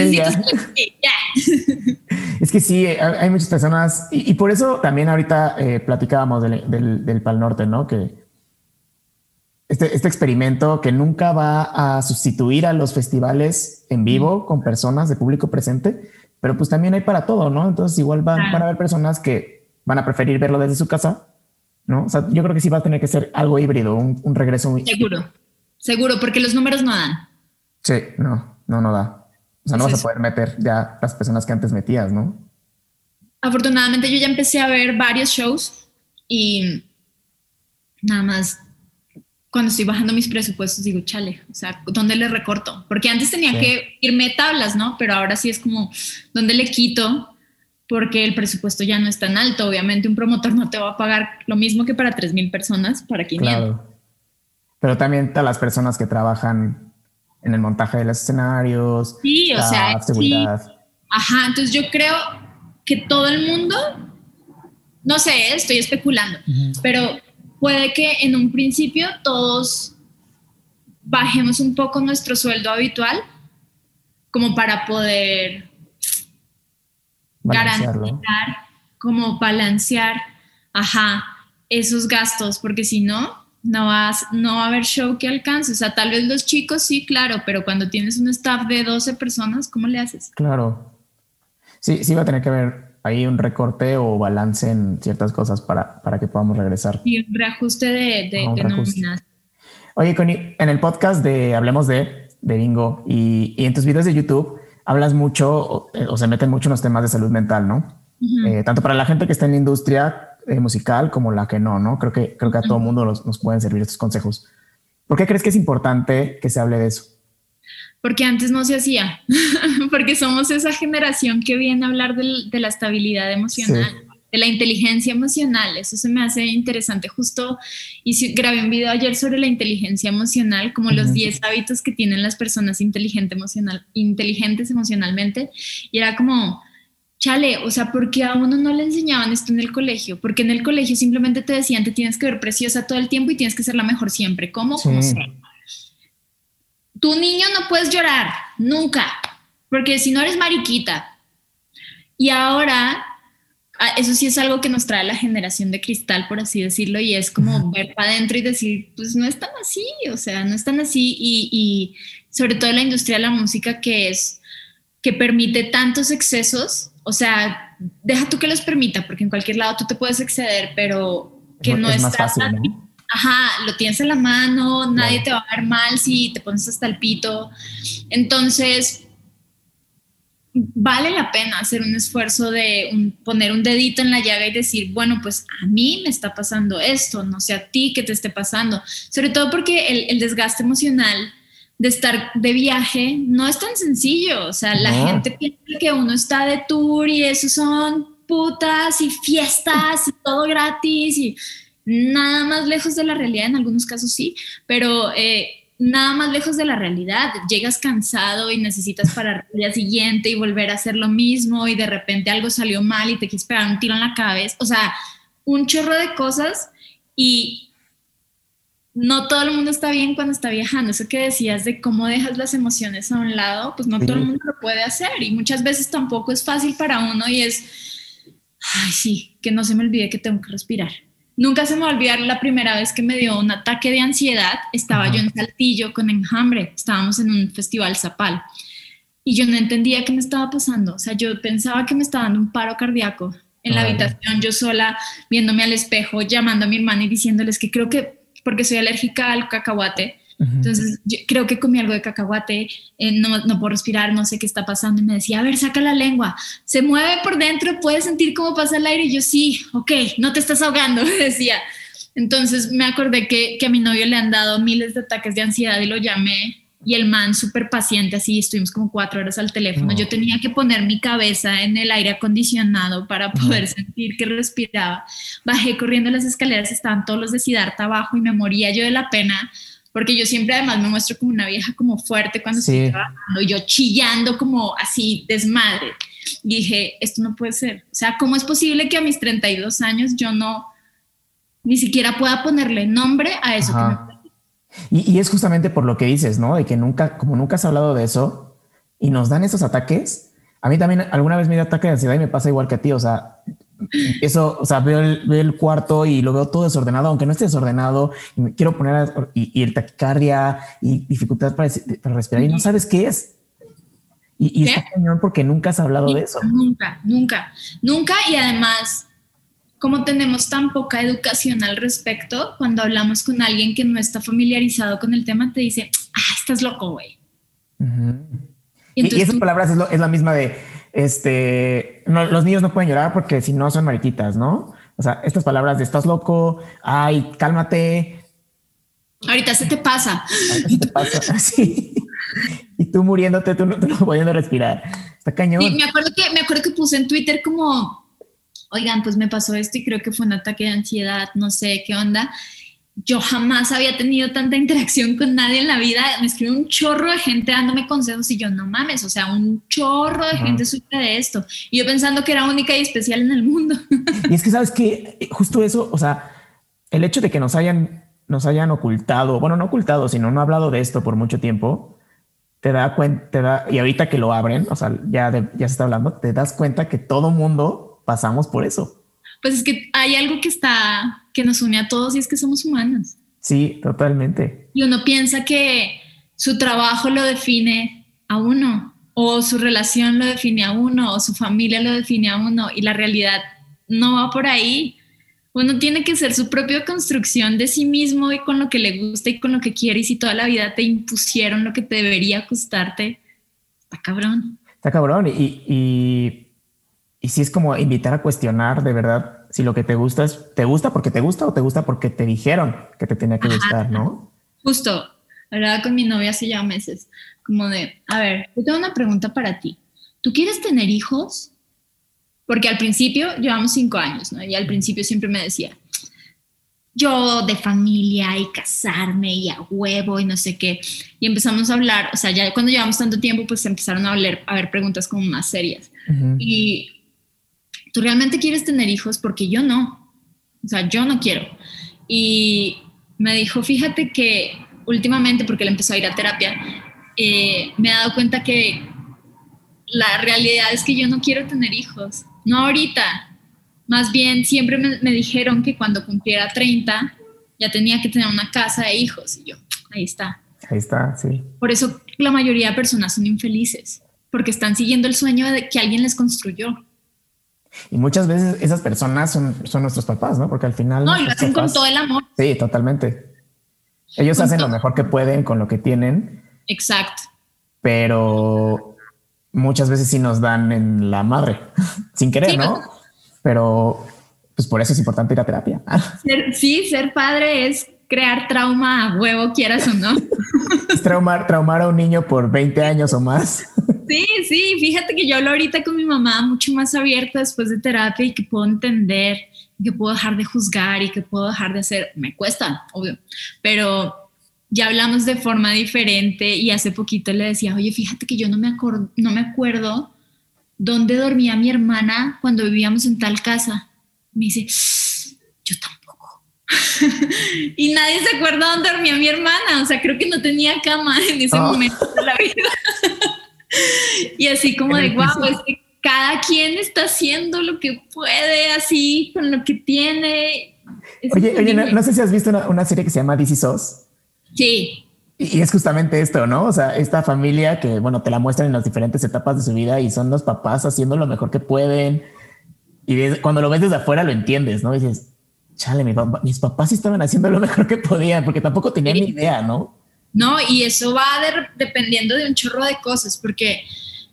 ya. Es que sí, hay muchas personas, y por eso también ahorita platicábamos del Pal Norte, ¿no? Que este experimento que nunca va a sustituir a los festivales en vivo con personas de público presente, pero pues también hay para todo, ¿no? Entonces igual van a haber personas que van a preferir verlo desde su casa, ¿no? O sea, yo creo que sí va a tener que ser algo híbrido, un regreso. Seguro, porque los números no dan. Sí, no da. O sea, no vas a poder meter ya las personas que antes metías, ¿no? Afortunadamente yo ya empecé a ver varios shows y nada más cuando estoy bajando mis presupuestos digo, chale, o sea, ¿dónde le recorto? Porque antes tenía que irme tablas, ¿no? Pero ahora sí es como, ¿dónde le quito? Porque el presupuesto ya no es tan alto. Obviamente un promotor no te va a pagar lo mismo que para 3,000 personas, para 500. Claro. Pero también a las personas que trabajan en el montaje de los escenarios, sí, o sea, seguridad. Sí. Ajá, entonces yo creo que todo el mundo, no sé, estoy especulando, pero puede que en un principio todos bajemos un poco nuestro sueldo habitual como para poder garantizar, como balancear, esos gastos, porque si no va a haber show que alcance. O sea, tal vez los chicos sí, claro, pero cuando tienes un staff de 12 personas, ¿cómo le haces? Claro. Sí va a tener que haber ahí un recorte o balance en ciertas cosas para que podamos regresar. Y un reajuste de nóminas. Oye, Connie, en el podcast de Hablemos de Bingo y en tus videos de YouTube hablas mucho o se meten mucho en los temas de salud mental, ¿no? Tanto para la gente que está en la industria musical como la que no. Creo que a todo mundo nos pueden servir estos consejos. ¿Por qué crees que es importante que se hable de eso? Porque antes no se hacía, porque somos esa generación que viene a hablar de la estabilidad emocional, de la inteligencia emocional. Eso se me hace interesante. Justo grabé un video ayer sobre la inteligencia emocional, como los 10 hábitos que tienen las personas inteligentes emocionalmente. Y era como, chale, o sea, ¿por qué a uno no le enseñaban esto en el colegio? Porque en el colegio simplemente te decían, te tienes que ver preciosa todo el tiempo y tienes que ser la mejor siempre. ¿Cómo? Como sea. Tu niño no puedes llorar, nunca, porque si no eres mariquita. Y ahora, eso sí es algo que nos trae la generación de cristal, por así decirlo, y es como ver para adentro y decir, pues no es tan así, o sea, no es tan así. Y sobre todo la industria de la música que permite tantos excesos, o sea, deja tú que los permita, porque en cualquier lado tú te puedes exceder, pero que no es más fácil, ¿no? Lo tienes en la mano, nadie te va a ver mal si te pones hasta el pito. Entonces, vale la pena hacer un esfuerzo de poner un dedito en la llaga y decir, bueno, pues a mí me está pasando esto, no sé a ti qué te esté pasando. Sobre todo porque el desgaste emocional de estar de viaje no es tan sencillo. O sea, la gente piensa que uno está de tour y eso son putas y fiestas y todo gratis y nada más lejos de la realidad. En algunos casos sí, pero nada más lejos de la realidad. Llegas cansado y necesitas parar el día siguiente y volver a hacer lo mismo y de repente algo salió mal y te quieres pegar un tiro en la cabeza. O sea, un chorro de cosas y no todo el mundo está bien cuando está viajando. Eso que decías de cómo dejas las emociones a un lado, pues no todo el mundo lo puede hacer y muchas veces tampoco es fácil para uno y es, que no se me olvide que tengo que respirar. Nunca se me va a olvidar la primera vez que me dio un ataque de ansiedad. Estaba yo en Saltillo con Enjambre, estábamos en un festival Zapal y yo no entendía qué me estaba pasando. O sea, yo pensaba que me estaba dando un paro cardíaco en la habitación, yo sola, viéndome al espejo, llamando a mi hermana y diciéndoles que creo que, porque soy alérgica al cacahuate, entonces yo creo que comí algo de cacahuate, no puedo respirar, no sé qué está pasando. Y me decía, a ver, saca la lengua, se mueve por dentro, puedes sentir cómo pasa el aire. Y yo, sí, ok, no te estás ahogando, me decía. Entonces me acordé que a mi novio le han dado miles de ataques de ansiedad y lo llamé Y el man súper paciente, así estuvimos como 4 horas al teléfono. No. Yo tenía que poner mi cabeza en el aire acondicionado para poder sentir que respiraba. Bajé corriendo las escaleras, estaban todos los de Siddhartha abajo y me moría yo de la pena, porque yo siempre además me muestro como una vieja como fuerte cuando estoy trabajando, y yo chillando como así, desmadre. Y dije, esto no puede ser. O sea, ¿cómo es posible que a mis 32 años yo no, ni siquiera pueda ponerle nombre a eso que me pasa? Y es justamente por lo que dices, ¿no? De que como nunca has hablado de eso y nos dan esos ataques. A mí también alguna vez me dio ataque de ansiedad y me pasa igual que a ti. O sea, veo el cuarto y lo veo todo desordenado, aunque no esté desordenado, y me quiero poner y el taquicardia y dificultad para respirar y no sabes qué es. Y está cañón porque nunca has hablado de eso. Nunca. Y además, como tenemos tan poca educación al respecto, cuando hablamos con alguien que no está familiarizado con el tema, te dice, estás loco, güey. Y esas palabras es la misma de, no, los niños no pueden llorar porque si no son mariquitas, ¿no? O sea, estas palabras de estás loco, ay, cálmate. Ahorita se te pasa. Sí. Y tú muriéndote, tú no pudiendo respirar. Está cañón. Sí, me acuerdo que puse en Twitter como, oigan, pues me pasó esto y creo que fue un ataque de ansiedad, no sé qué onda. Yo jamás había tenido tanta interacción con nadie en la vida. Me escribió un chorro de gente dándome consejos y yo, no mames, o sea, un chorro de gente sufre de esto. Y yo pensando que era única y especial en el mundo. Y es que, ¿sabes qué? Justo eso, o sea, el hecho de que nos hayan ocultado, bueno, no ocultado, sino no hablado de esto por mucho tiempo, te da cuenta, y ahorita que lo abren, o sea, ya se está hablando, te das cuenta que todo mundo pasamos por eso. Pues es que hay algo que nos une a todos y es que somos humanos. Sí, totalmente. Y uno piensa que su trabajo lo define a uno, o su relación lo define a uno, o su familia lo define a uno, y la realidad no va por ahí. Uno tiene que ser su propia construcción de sí mismo y con lo que le gusta y con lo que quiere, y si toda la vida te impusieron lo que te debería gustarte, está cabrón. Está cabrón y sí es como invitar a cuestionar de verdad si lo que te gusta porque te gusta o te gusta porque te dijeron que te tenía que gustar, ¿no? Justo, hablaba con mi novia hace ya meses, como de, a ver, yo tengo una pregunta para ti. ¿Tú quieres tener hijos? Porque al principio llevamos 5 años, ¿no? Y al principio siempre me decía, yo de familia y casarme y a huevo y no sé qué. Y empezamos a hablar, o sea, ya cuando llevamos tanto tiempo, pues empezaron a haber preguntas como más serias. Y ¿tú realmente quieres tener hijos? Porque yo no. O sea, yo no quiero. Y me dijo, fíjate que últimamente, porque él empezó a ir a terapia, me he dado cuenta que la realidad es que yo no quiero tener hijos. No ahorita. Más bien, siempre me dijeron que cuando cumpliera 30 ya tenía que tener una casa e hijos. Y yo, ahí está. Ahí está, sí. Por eso la mayoría de personas son infelices, porque están siguiendo el sueño de que alguien les construyó. Y muchas veces esas personas son nuestros papás, ¿no? Porque al final... No, y lo hacen con todo el amor. Sí, totalmente. Ellos hacen lo mejor que pueden con lo que tienen. Exacto. Pero muchas veces sí nos dan en la madre, sin querer, sí, ¿no? Pero pues por eso es importante ir a terapia. Ser padre es crear trauma a huevo, quieras o no. Es traumar a un niño por 20 años o más. Sí, fíjate que yo hablo ahorita con mi mamá mucho más abierta después de terapia y que puedo entender, que puedo dejar de juzgar y que puedo dejar de hacer, me cuesta, obvio, pero ya hablamos de forma diferente y hace poquito le decía, oye, fíjate que yo no me acuerdo dónde dormía mi hermana cuando vivíamos en tal casa. Me dice, yo tampoco. Y nadie se acuerda dónde dormía mi hermana, o sea, creo que no tenía cama en ese momento de la vida. Y así como de guau, es que cada quien está haciendo lo que puede, así, con lo que tiene. Oye, no sé si has visto una serie que se llama This Is Us. Sí. Y es justamente esto, ¿no? O sea, esta familia que, bueno, te la muestran en las diferentes etapas de su vida y son los papás haciendo lo mejor que pueden. Y cuando lo ves desde afuera lo entiendes, ¿no? Y dices, chale, mis papás sí estaban haciendo lo mejor que podían porque tampoco tenían ni idea, ¿no? No, y eso va dependiendo de un chorro de cosas, porque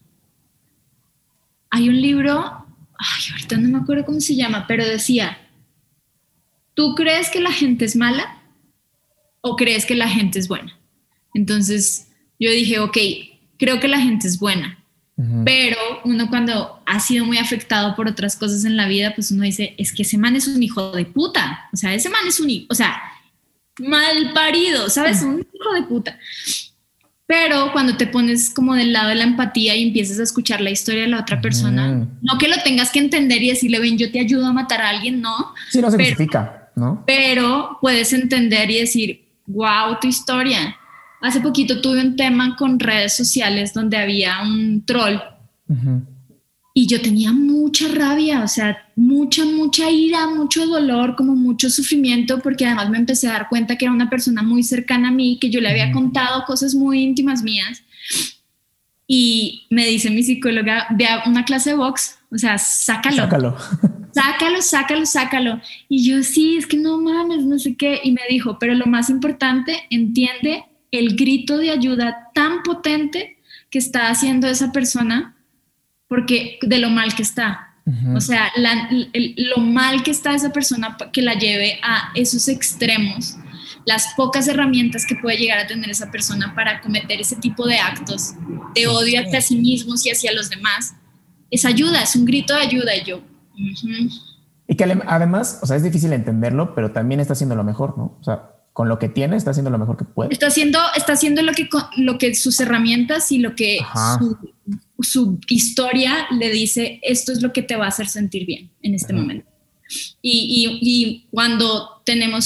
hay un libro, ahorita no me acuerdo cómo se llama, pero decía, ¿tú crees que la gente es mala o crees que la gente es buena? Entonces, yo dije, ok, creo que la gente es buena. Pero uno cuando ha sido muy afectado por otras cosas en la vida, pues uno dice, es que ese man es un hijo de puta. O sea, ese man es mal parido, ¿sabes? Un hijo de puta. Pero cuando te pones como del lado de la empatía y empiezas a escuchar la historia de la otra persona, no que lo tengas que entender y decirle, ven, yo te ayudo a matar a alguien, no. Sí, no se justifica, ¿no? Pero puedes entender y decir, wow, tu historia. Hace poquito tuve un tema con redes sociales donde había un troll y yo tenía mucha rabia, o sea, mucha ira, mucho dolor, como mucho sufrimiento, porque además me empecé a dar cuenta que era una persona muy cercana a mí, que yo le había contado cosas muy íntimas mías. Y me dice mi psicóloga, ve a una clase de box, o sea, sácalo. Sácalo. Y yo, sí, es que no mames, no sé qué. Y me dijo, pero lo más importante, entiende el grito de ayuda tan potente que está haciendo esa persona, porque de lo mal que está. O sea, lo mal que está esa persona que la lleve a esos extremos, las pocas herramientas que puede llegar a tener esa persona para cometer ese tipo de actos de odio hacia sí mismos y hacia los demás, es ayuda, es un grito de ayuda. Y yo... Y que además, o sea, es difícil entenderlo, pero también está haciendo lo mejor, ¿no? O sea, con lo que tiene, está haciendo lo mejor que puede. Está haciendo lo que sus herramientas y lo que su historia le dice, esto es lo que te va a hacer sentir bien en este momento. Y cuando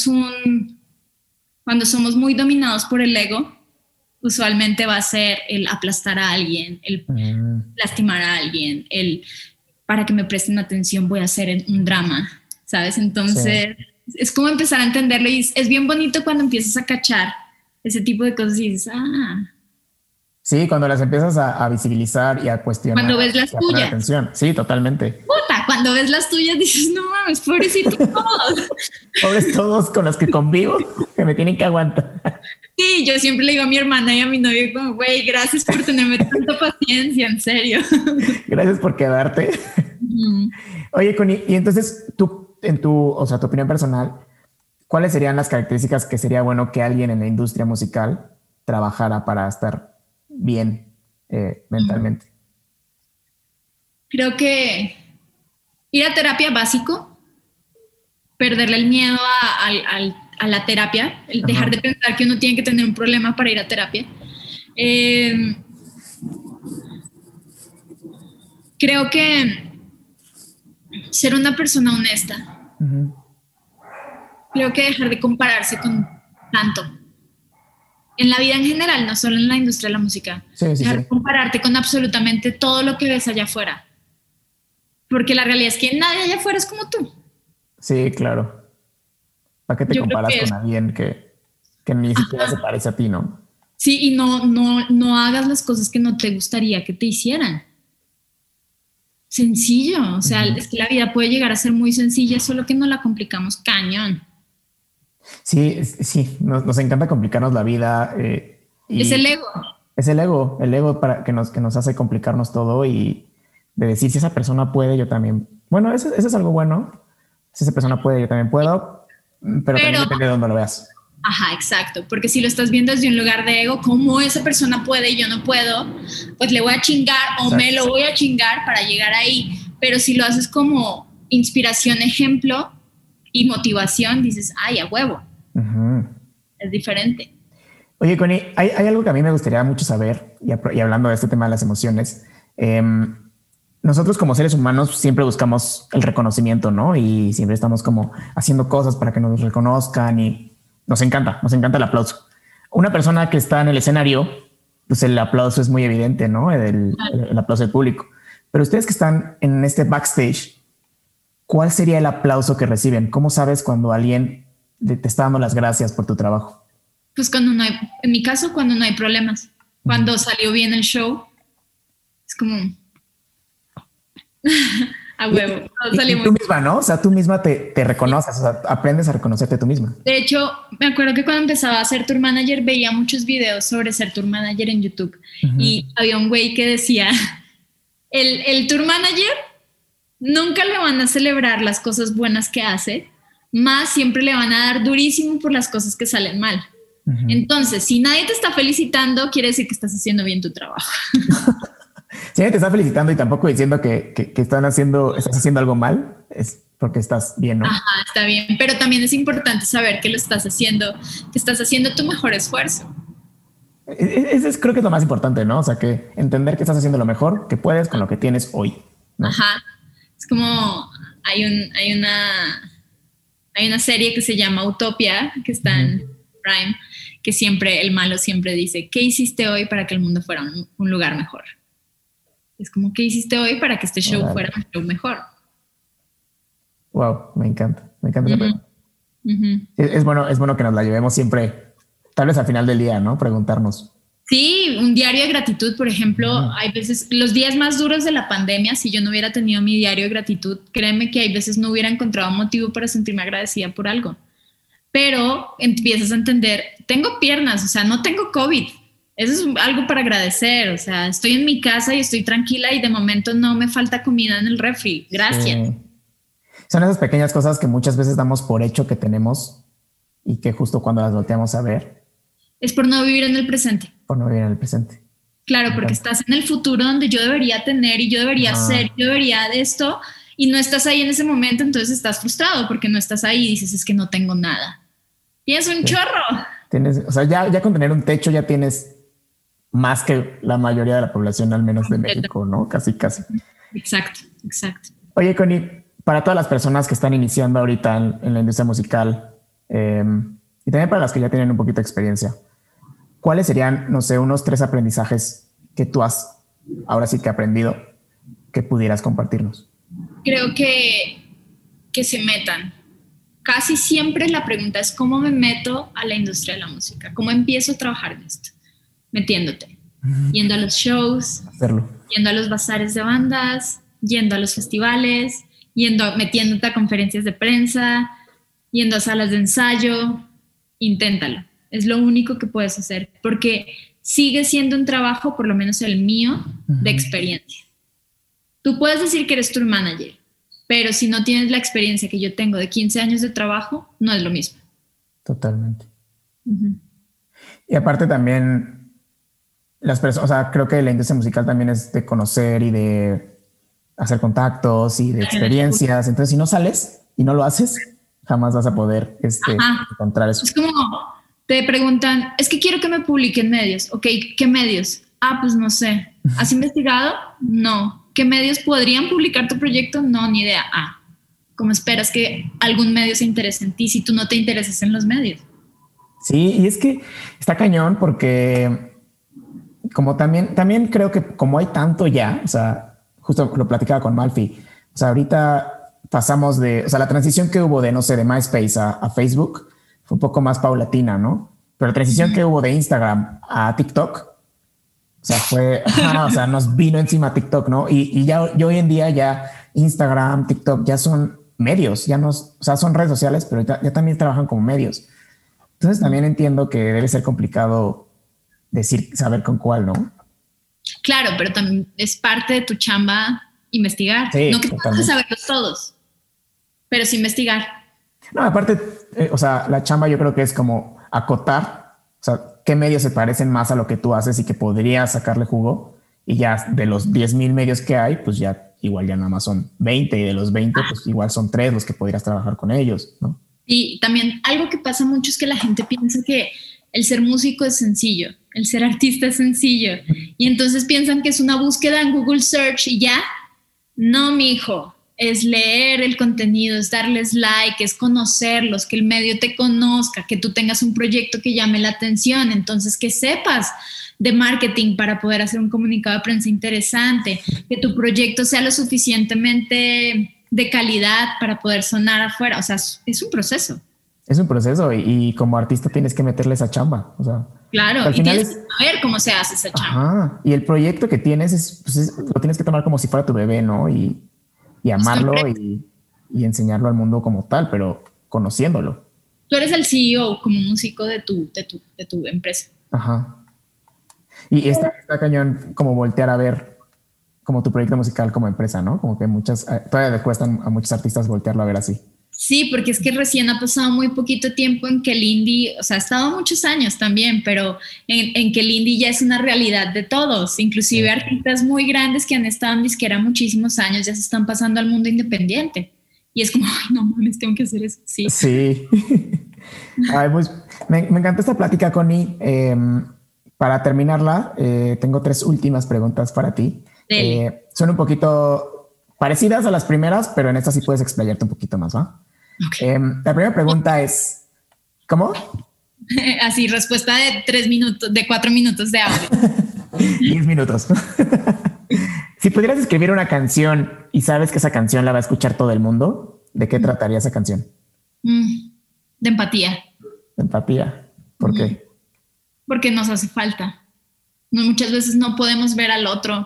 cuando somos muy dominados por el ego, usualmente va a ser el aplastar a alguien, el lastimar a alguien, el para que me presten atención voy a hacer un drama, ¿sabes? Entonces... Sí. Es como empezar a entenderlo y es bien bonito cuando empiezas a cachar ese tipo de cosas y dices, Sí, cuando las empiezas a visibilizar y a cuestionar. Cuando ves las tuyas. Atención. Sí, totalmente. Puta, cuando ves las tuyas dices, no mames, pobrecitos todos. Pobres todos con los que convivo, que me tienen que aguantar. Sí, yo siempre le digo a mi hermana y a mi novio como, güey, gracias por tenerme tanta paciencia, en serio. Gracias por quedarte. Oye, Connie, y entonces tú, tu opinión personal, ¿cuáles serían las características que sería bueno que alguien en la industria musical trabajara para estar bien mentalmente? Creo que ir a terapia básico, perderle el miedo a la terapia, el dejar de pensar que uno tiene que tener un problema para ir a terapia. Creo que ser una persona honesta. Creo que dejar de compararse con tanto. En la vida en general, no solo en la industria de la música. Dejar de compararte con absolutamente todo lo que ves allá afuera. Porque la realidad es que nadie allá afuera es como tú. Sí, claro. ¿Para qué te comparas con alguien que ni siquiera se parece a ti, no? Sí, y no hagas las cosas que no te gustaría que te hicieran. Sencillo, o sea, es que la vida puede llegar a ser muy sencilla, solo que no la complicamos cañón. Sí, nos encanta complicarnos la vida. Es el ego. Es el ego para que nos hace complicarnos todo y de decir si esa persona puede, yo también. Bueno, eso es algo bueno. Si esa persona puede, yo también puedo, pero también depende de dónde lo veas. Ajá, exacto, porque si lo estás viendo desde un lugar de ego, como esa persona puede y yo no puedo, pues le voy a chingar o me lo voy a chingar para llegar ahí. Pero si lo haces como inspiración, ejemplo y motivación, dices, ay, a huevo. Es diferente. Oye, Connie, hay algo que a mí me gustaría mucho saber, y hablando de este tema de las emociones. Nosotros como seres humanos siempre buscamos el reconocimiento, ¿no? Y siempre estamos como haciendo cosas para que nos reconozcan y nos encanta el aplauso. Una persona que está en el escenario, pues el aplauso es muy evidente, ¿no? El aplauso del público. Pero ustedes que están en este backstage, ¿cuál sería el aplauso que reciben? ¿Cómo sabes cuando alguien te está dando las gracias por tu trabajo? Pues cuando no hay, en mi caso, cuando no hay problemas. Cuando salió bien el show, es como... a huevo. Y tú misma, ¿no? O sea, tú misma te reconoces, o sea, aprendes a reconocerte tú misma. De hecho, me acuerdo que cuando empezaba a ser tour manager veía muchos videos sobre ser tour manager en YouTube y había un güey que decía, el tour manager nunca le van a celebrar las cosas buenas que hace, más siempre le van a dar durísimo por las cosas que salen mal. Entonces, si nadie te está felicitando, quiere decir que estás haciendo bien tu trabajo. Si nadie te está felicitando y tampoco diciendo que estás haciendo algo mal, es porque estás bien, ¿no? Ajá, está bien. Pero también es importante saber que lo estás haciendo, que estás haciendo tu mejor esfuerzo. Eso es, creo que es lo más importante, ¿no? O sea, que entender que estás haciendo lo mejor que puedes con lo que tienes hoy, ¿no? Ajá. Es como hay una serie que se llama Utopia, que está en Prime, que el malo siempre dice, ¿qué hiciste hoy para que el mundo fuera un lugar mejor? Es como, ¿qué hiciste hoy para que este show fuera un show mejor? Wow, me encanta. Es bueno que nos la llevemos siempre, tal vez al final del día, ¿no? Preguntarnos. Sí, un diario de gratitud, por ejemplo, hay veces, los días más duros de la pandemia, si yo no hubiera tenido mi diario de gratitud, créeme que hay veces no hubiera encontrado motivo para sentirme agradecida por algo. Pero empiezas a entender, tengo piernas, o sea, no tengo COVID. Eso es algo para agradecer, o sea, estoy en mi casa y estoy tranquila y de momento no me falta comida en el refri. Gracias. Sí. Son esas pequeñas cosas que muchas veces damos por hecho que tenemos y que justo cuando las volteamos a ver. Es por no vivir en el presente. Por no vivir en el presente. Claro, porque estás en el futuro donde yo debería tener y yo debería ser, yo debería de esto y no estás ahí en ese momento, entonces estás frustrado porque no estás ahí y dices, es que no tengo nada. Y es un chorro. O sea, ya con tener un techo ya tienes más que la mayoría de la población, al menos de México, ¿no? Casi. Exacto. Oye, Connie, para todas las personas que están iniciando ahorita en la industria musical y también para las que ya tienen un poquito de experiencia, ¿cuáles serían, no sé, unos 3 aprendizajes que tú has ahora sí que aprendido que pudieras compartirnos? Creo que se metan. Casi siempre la pregunta es ¿cómo me meto a la industria de la música? ¿Cómo empiezo a trabajar en esto? Metiéndote, yendo a los shows, yendo a los bazares de bandas, yendo a los festivales, metiéndote a conferencias de prensa, yendo a salas de ensayo. Inténtalo. Es lo único que puedes hacer, porque sigue siendo un trabajo, por lo menos el mío, de experiencia. Tú puedes decir que eres tour manager, pero si no tienes la experiencia que yo tengo de 15 años de trabajo, no es lo mismo. Totalmente. Y aparte también las personas, o sea, creo que la industria musical también es de conocer y de hacer contactos y de experiencias. Entonces, si no sales y no lo haces, jamás vas a poder encontrar eso. Es como te preguntan, es que quiero que me publiquen medios. Ok, ¿qué medios? Pues no sé. ¿Has investigado? No. ¿Qué medios podrían publicar tu proyecto? No, ni idea. ¿Cómo esperas que algún medio se interese en ti si tú no te interesas en los medios? Sí, y es que está cañón porque como también creo que como hay tanto ya, o sea, justo lo platicaba con Malfi, o sea, ahorita pasamos la transición que hubo de, no sé, de MySpace a Facebook fue un poco más paulatina, ¿no? Pero la transición que hubo de Instagram a TikTok, o sea, nos vino encima TikTok, ¿no? Y hoy en día ya Instagram, TikTok ya son medios, son redes sociales, pero ya también trabajan como medios. Entonces también entiendo que debe ser complicado saber con cuál, ¿no? Claro, pero también es parte de tu chamba investigar. Sí, no que tengas que saberlos todos, pero sí investigar. No, aparte, la chamba yo creo que es como acotar, o sea, qué medios se parecen más a lo que tú haces y que podrías sacarle jugo. Y ya de los 10,000 medios que hay, pues ya igual ya nada más son 20 y de los 20, pues igual son 3 los que podrías trabajar con ellos, ¿no? Y también algo que pasa mucho es que la gente piensa que el ser músico es sencillo, el ser artista es sencillo. Y entonces piensan que es una búsqueda en Google Search y ya. No, mijo, es leer el contenido, es darles like, es conocerlos, que el medio te conozca, que tú tengas un proyecto que llame la atención, entonces que sepas de marketing para poder hacer un comunicado de prensa interesante, que tu proyecto sea lo suficientemente de calidad para poder sonar afuera. O sea, es un proceso. Es un proceso y como artista tienes que meterle esa chamba. O sea, claro, y tienes que saber cómo se hace esa chamba. Y el proyecto que tienes lo tienes que tomar como si fuera tu bebé, ¿no? Y amarlo y enseñarlo al mundo como tal, pero conociéndolo. Tú eres el CEO como músico de tu empresa. Ajá. Y está cañón como voltear a ver como tu proyecto musical como empresa, ¿no? Como que todavía le cuestan a muchos artistas voltearlo a ver así. Sí, porque es que recién ha pasado muy poquito tiempo en que el indie, o sea, ha estado muchos años también, pero en que el indie ya es una realidad de todos, inclusive artistas muy grandes que han estado en disquera muchísimos años ya se están pasando al mundo independiente. Y es como, ay, no mames, tengo que hacer eso. Sí. Sí. Ay, pues me encantó esta plática, Connie. Para terminarla, tengo 3 últimas preguntas para ti. Son un poquito parecidas a las primeras, pero en esta sí puedes explayarte un poquito más, ¿va? Okay. La primera pregunta es, ¿cómo? Así, respuesta de 3 minutos, de 4 minutos de audio. 10 minutos. Si pudieras escribir una canción y sabes que esa canción la va a escuchar todo el mundo, ¿de qué trataría esa canción? De empatía. De empatía. ¿Por qué? Porque nos hace falta. Muchas veces no podemos ver al otro.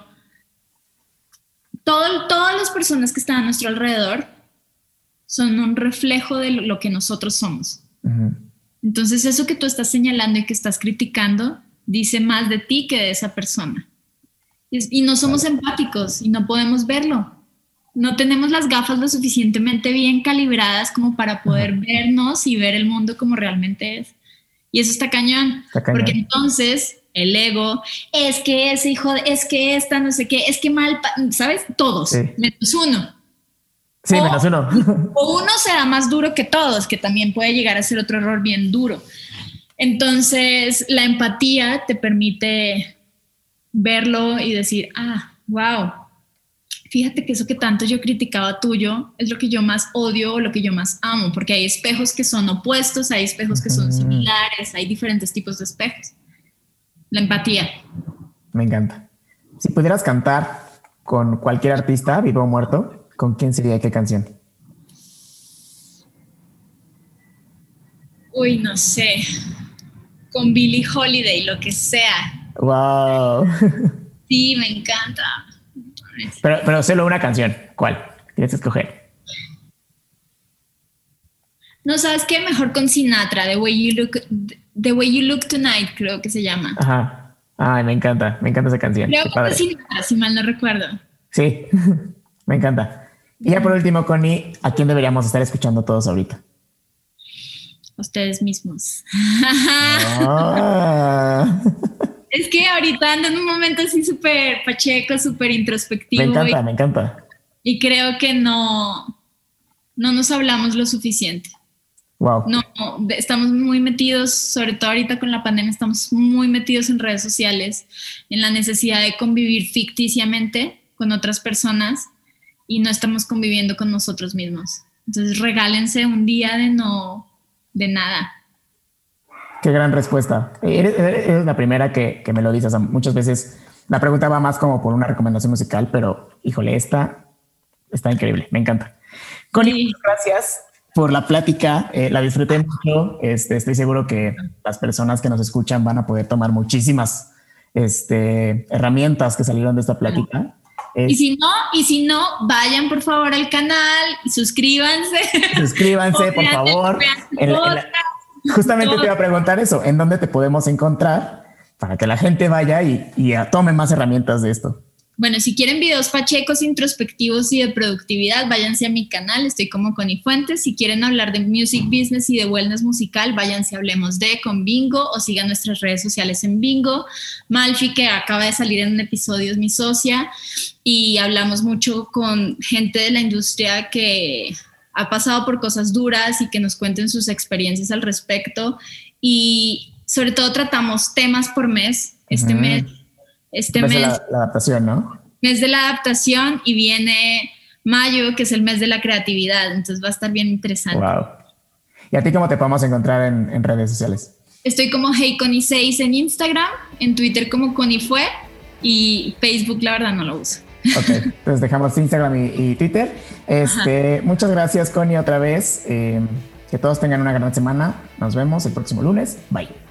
Todas las personas que están a nuestro alrededor son un reflejo de lo que nosotros somos. Entonces eso que tú estás señalando y que estás criticando dice más de ti que de esa persona. Y no somos empáticos y no podemos verlo. No tenemos las gafas lo suficientemente bien calibradas como para poder vernos y ver el mundo como realmente es. Y eso está cañón. Porque entonces el ego, es que ese hijo, es que esta, no sé qué, es que mal, ¿sabes? Todos, menos uno. Sí, menos uno. O uno será más duro que todos, que también puede llegar a ser otro error bien duro. Entonces, la empatía te permite verlo y decir, wow, fíjate que eso que tanto yo criticaba tuyo es lo que yo más odio o lo que yo más amo, porque hay espejos que son opuestos, hay espejos que son similares, hay diferentes tipos de espejos. La empatía. Me encanta. Si pudieras cantar con cualquier artista, vivo o muerto, ¿con quién sería y qué canción? Uy, no sé. Con Billie Holiday, lo que sea. Wow. Sí, me encanta. Pero solo una canción. ¿Cuál? Tienes que escoger. No, ¿sabes qué? Mejor con Sinatra, The Way You Look Tonight, creo que se llama. Ajá. Ay, me encanta esa canción. Creo que es Sinatra, si mal no recuerdo. Sí, me encanta. Y ya por último, Connie, ¿a quién deberíamos estar escuchando todos ahorita? Ustedes mismos. Es que ahorita ando en un momento así súper pacheco, súper introspectivo. Me encanta. Y creo que no nos hablamos lo suficiente. Wow. No, estamos muy metidos, sobre todo ahorita con la pandemia, estamos muy metidos en redes sociales, en la necesidad de convivir ficticiamente con otras personas y no estamos conviviendo con nosotros mismos. Entonces regálense un día de nada. Qué gran respuesta. Eres la primera que me lo dices. O sea, muchas veces la pregunta va más como por una recomendación musical, pero híjole, esta está increíble. Me encanta. Connie, muchas gracias por la plática. La disfruté mucho. Estoy seguro que las personas que nos escuchan van a poder tomar muchísimas herramientas que salieron de esta plática. Y si no, vayan por favor al canal y suscríbanse. Suscríbanse, por favor. Justamente te iba a preguntar eso. ¿En dónde te podemos encontrar para que la gente vaya y tome más herramientas de esto? Bueno, si quieren videos pachecos, introspectivos y de productividad, váyanse a mi canal, estoy como Connie Fuentes. Si quieren hablar de music business y de wellness musical, váyanse a Hablemos de con Bingo o sigan nuestras redes sociales en Bingo. Malfi, que acaba de salir en un episodio, es mi socia y hablamos mucho con gente de la industria que ha pasado por cosas duras y que nos cuenten sus experiencias al respecto y sobre todo tratamos temas por mes. Este mes la adaptación, ¿no? Mes de la adaptación y viene mayo, que es el mes de la creatividad. Entonces va a estar bien interesante. Wow. ¿Y a ti cómo te podemos encontrar en redes sociales? Estoy como HeyConnie6 en Instagram, en Twitter como Connie Fue y Facebook la verdad no lo uso. Ok, entonces dejamos Instagram y Twitter. Muchas gracias, Connie, otra vez. Que todos tengan una gran semana. Nos vemos el próximo lunes. Bye.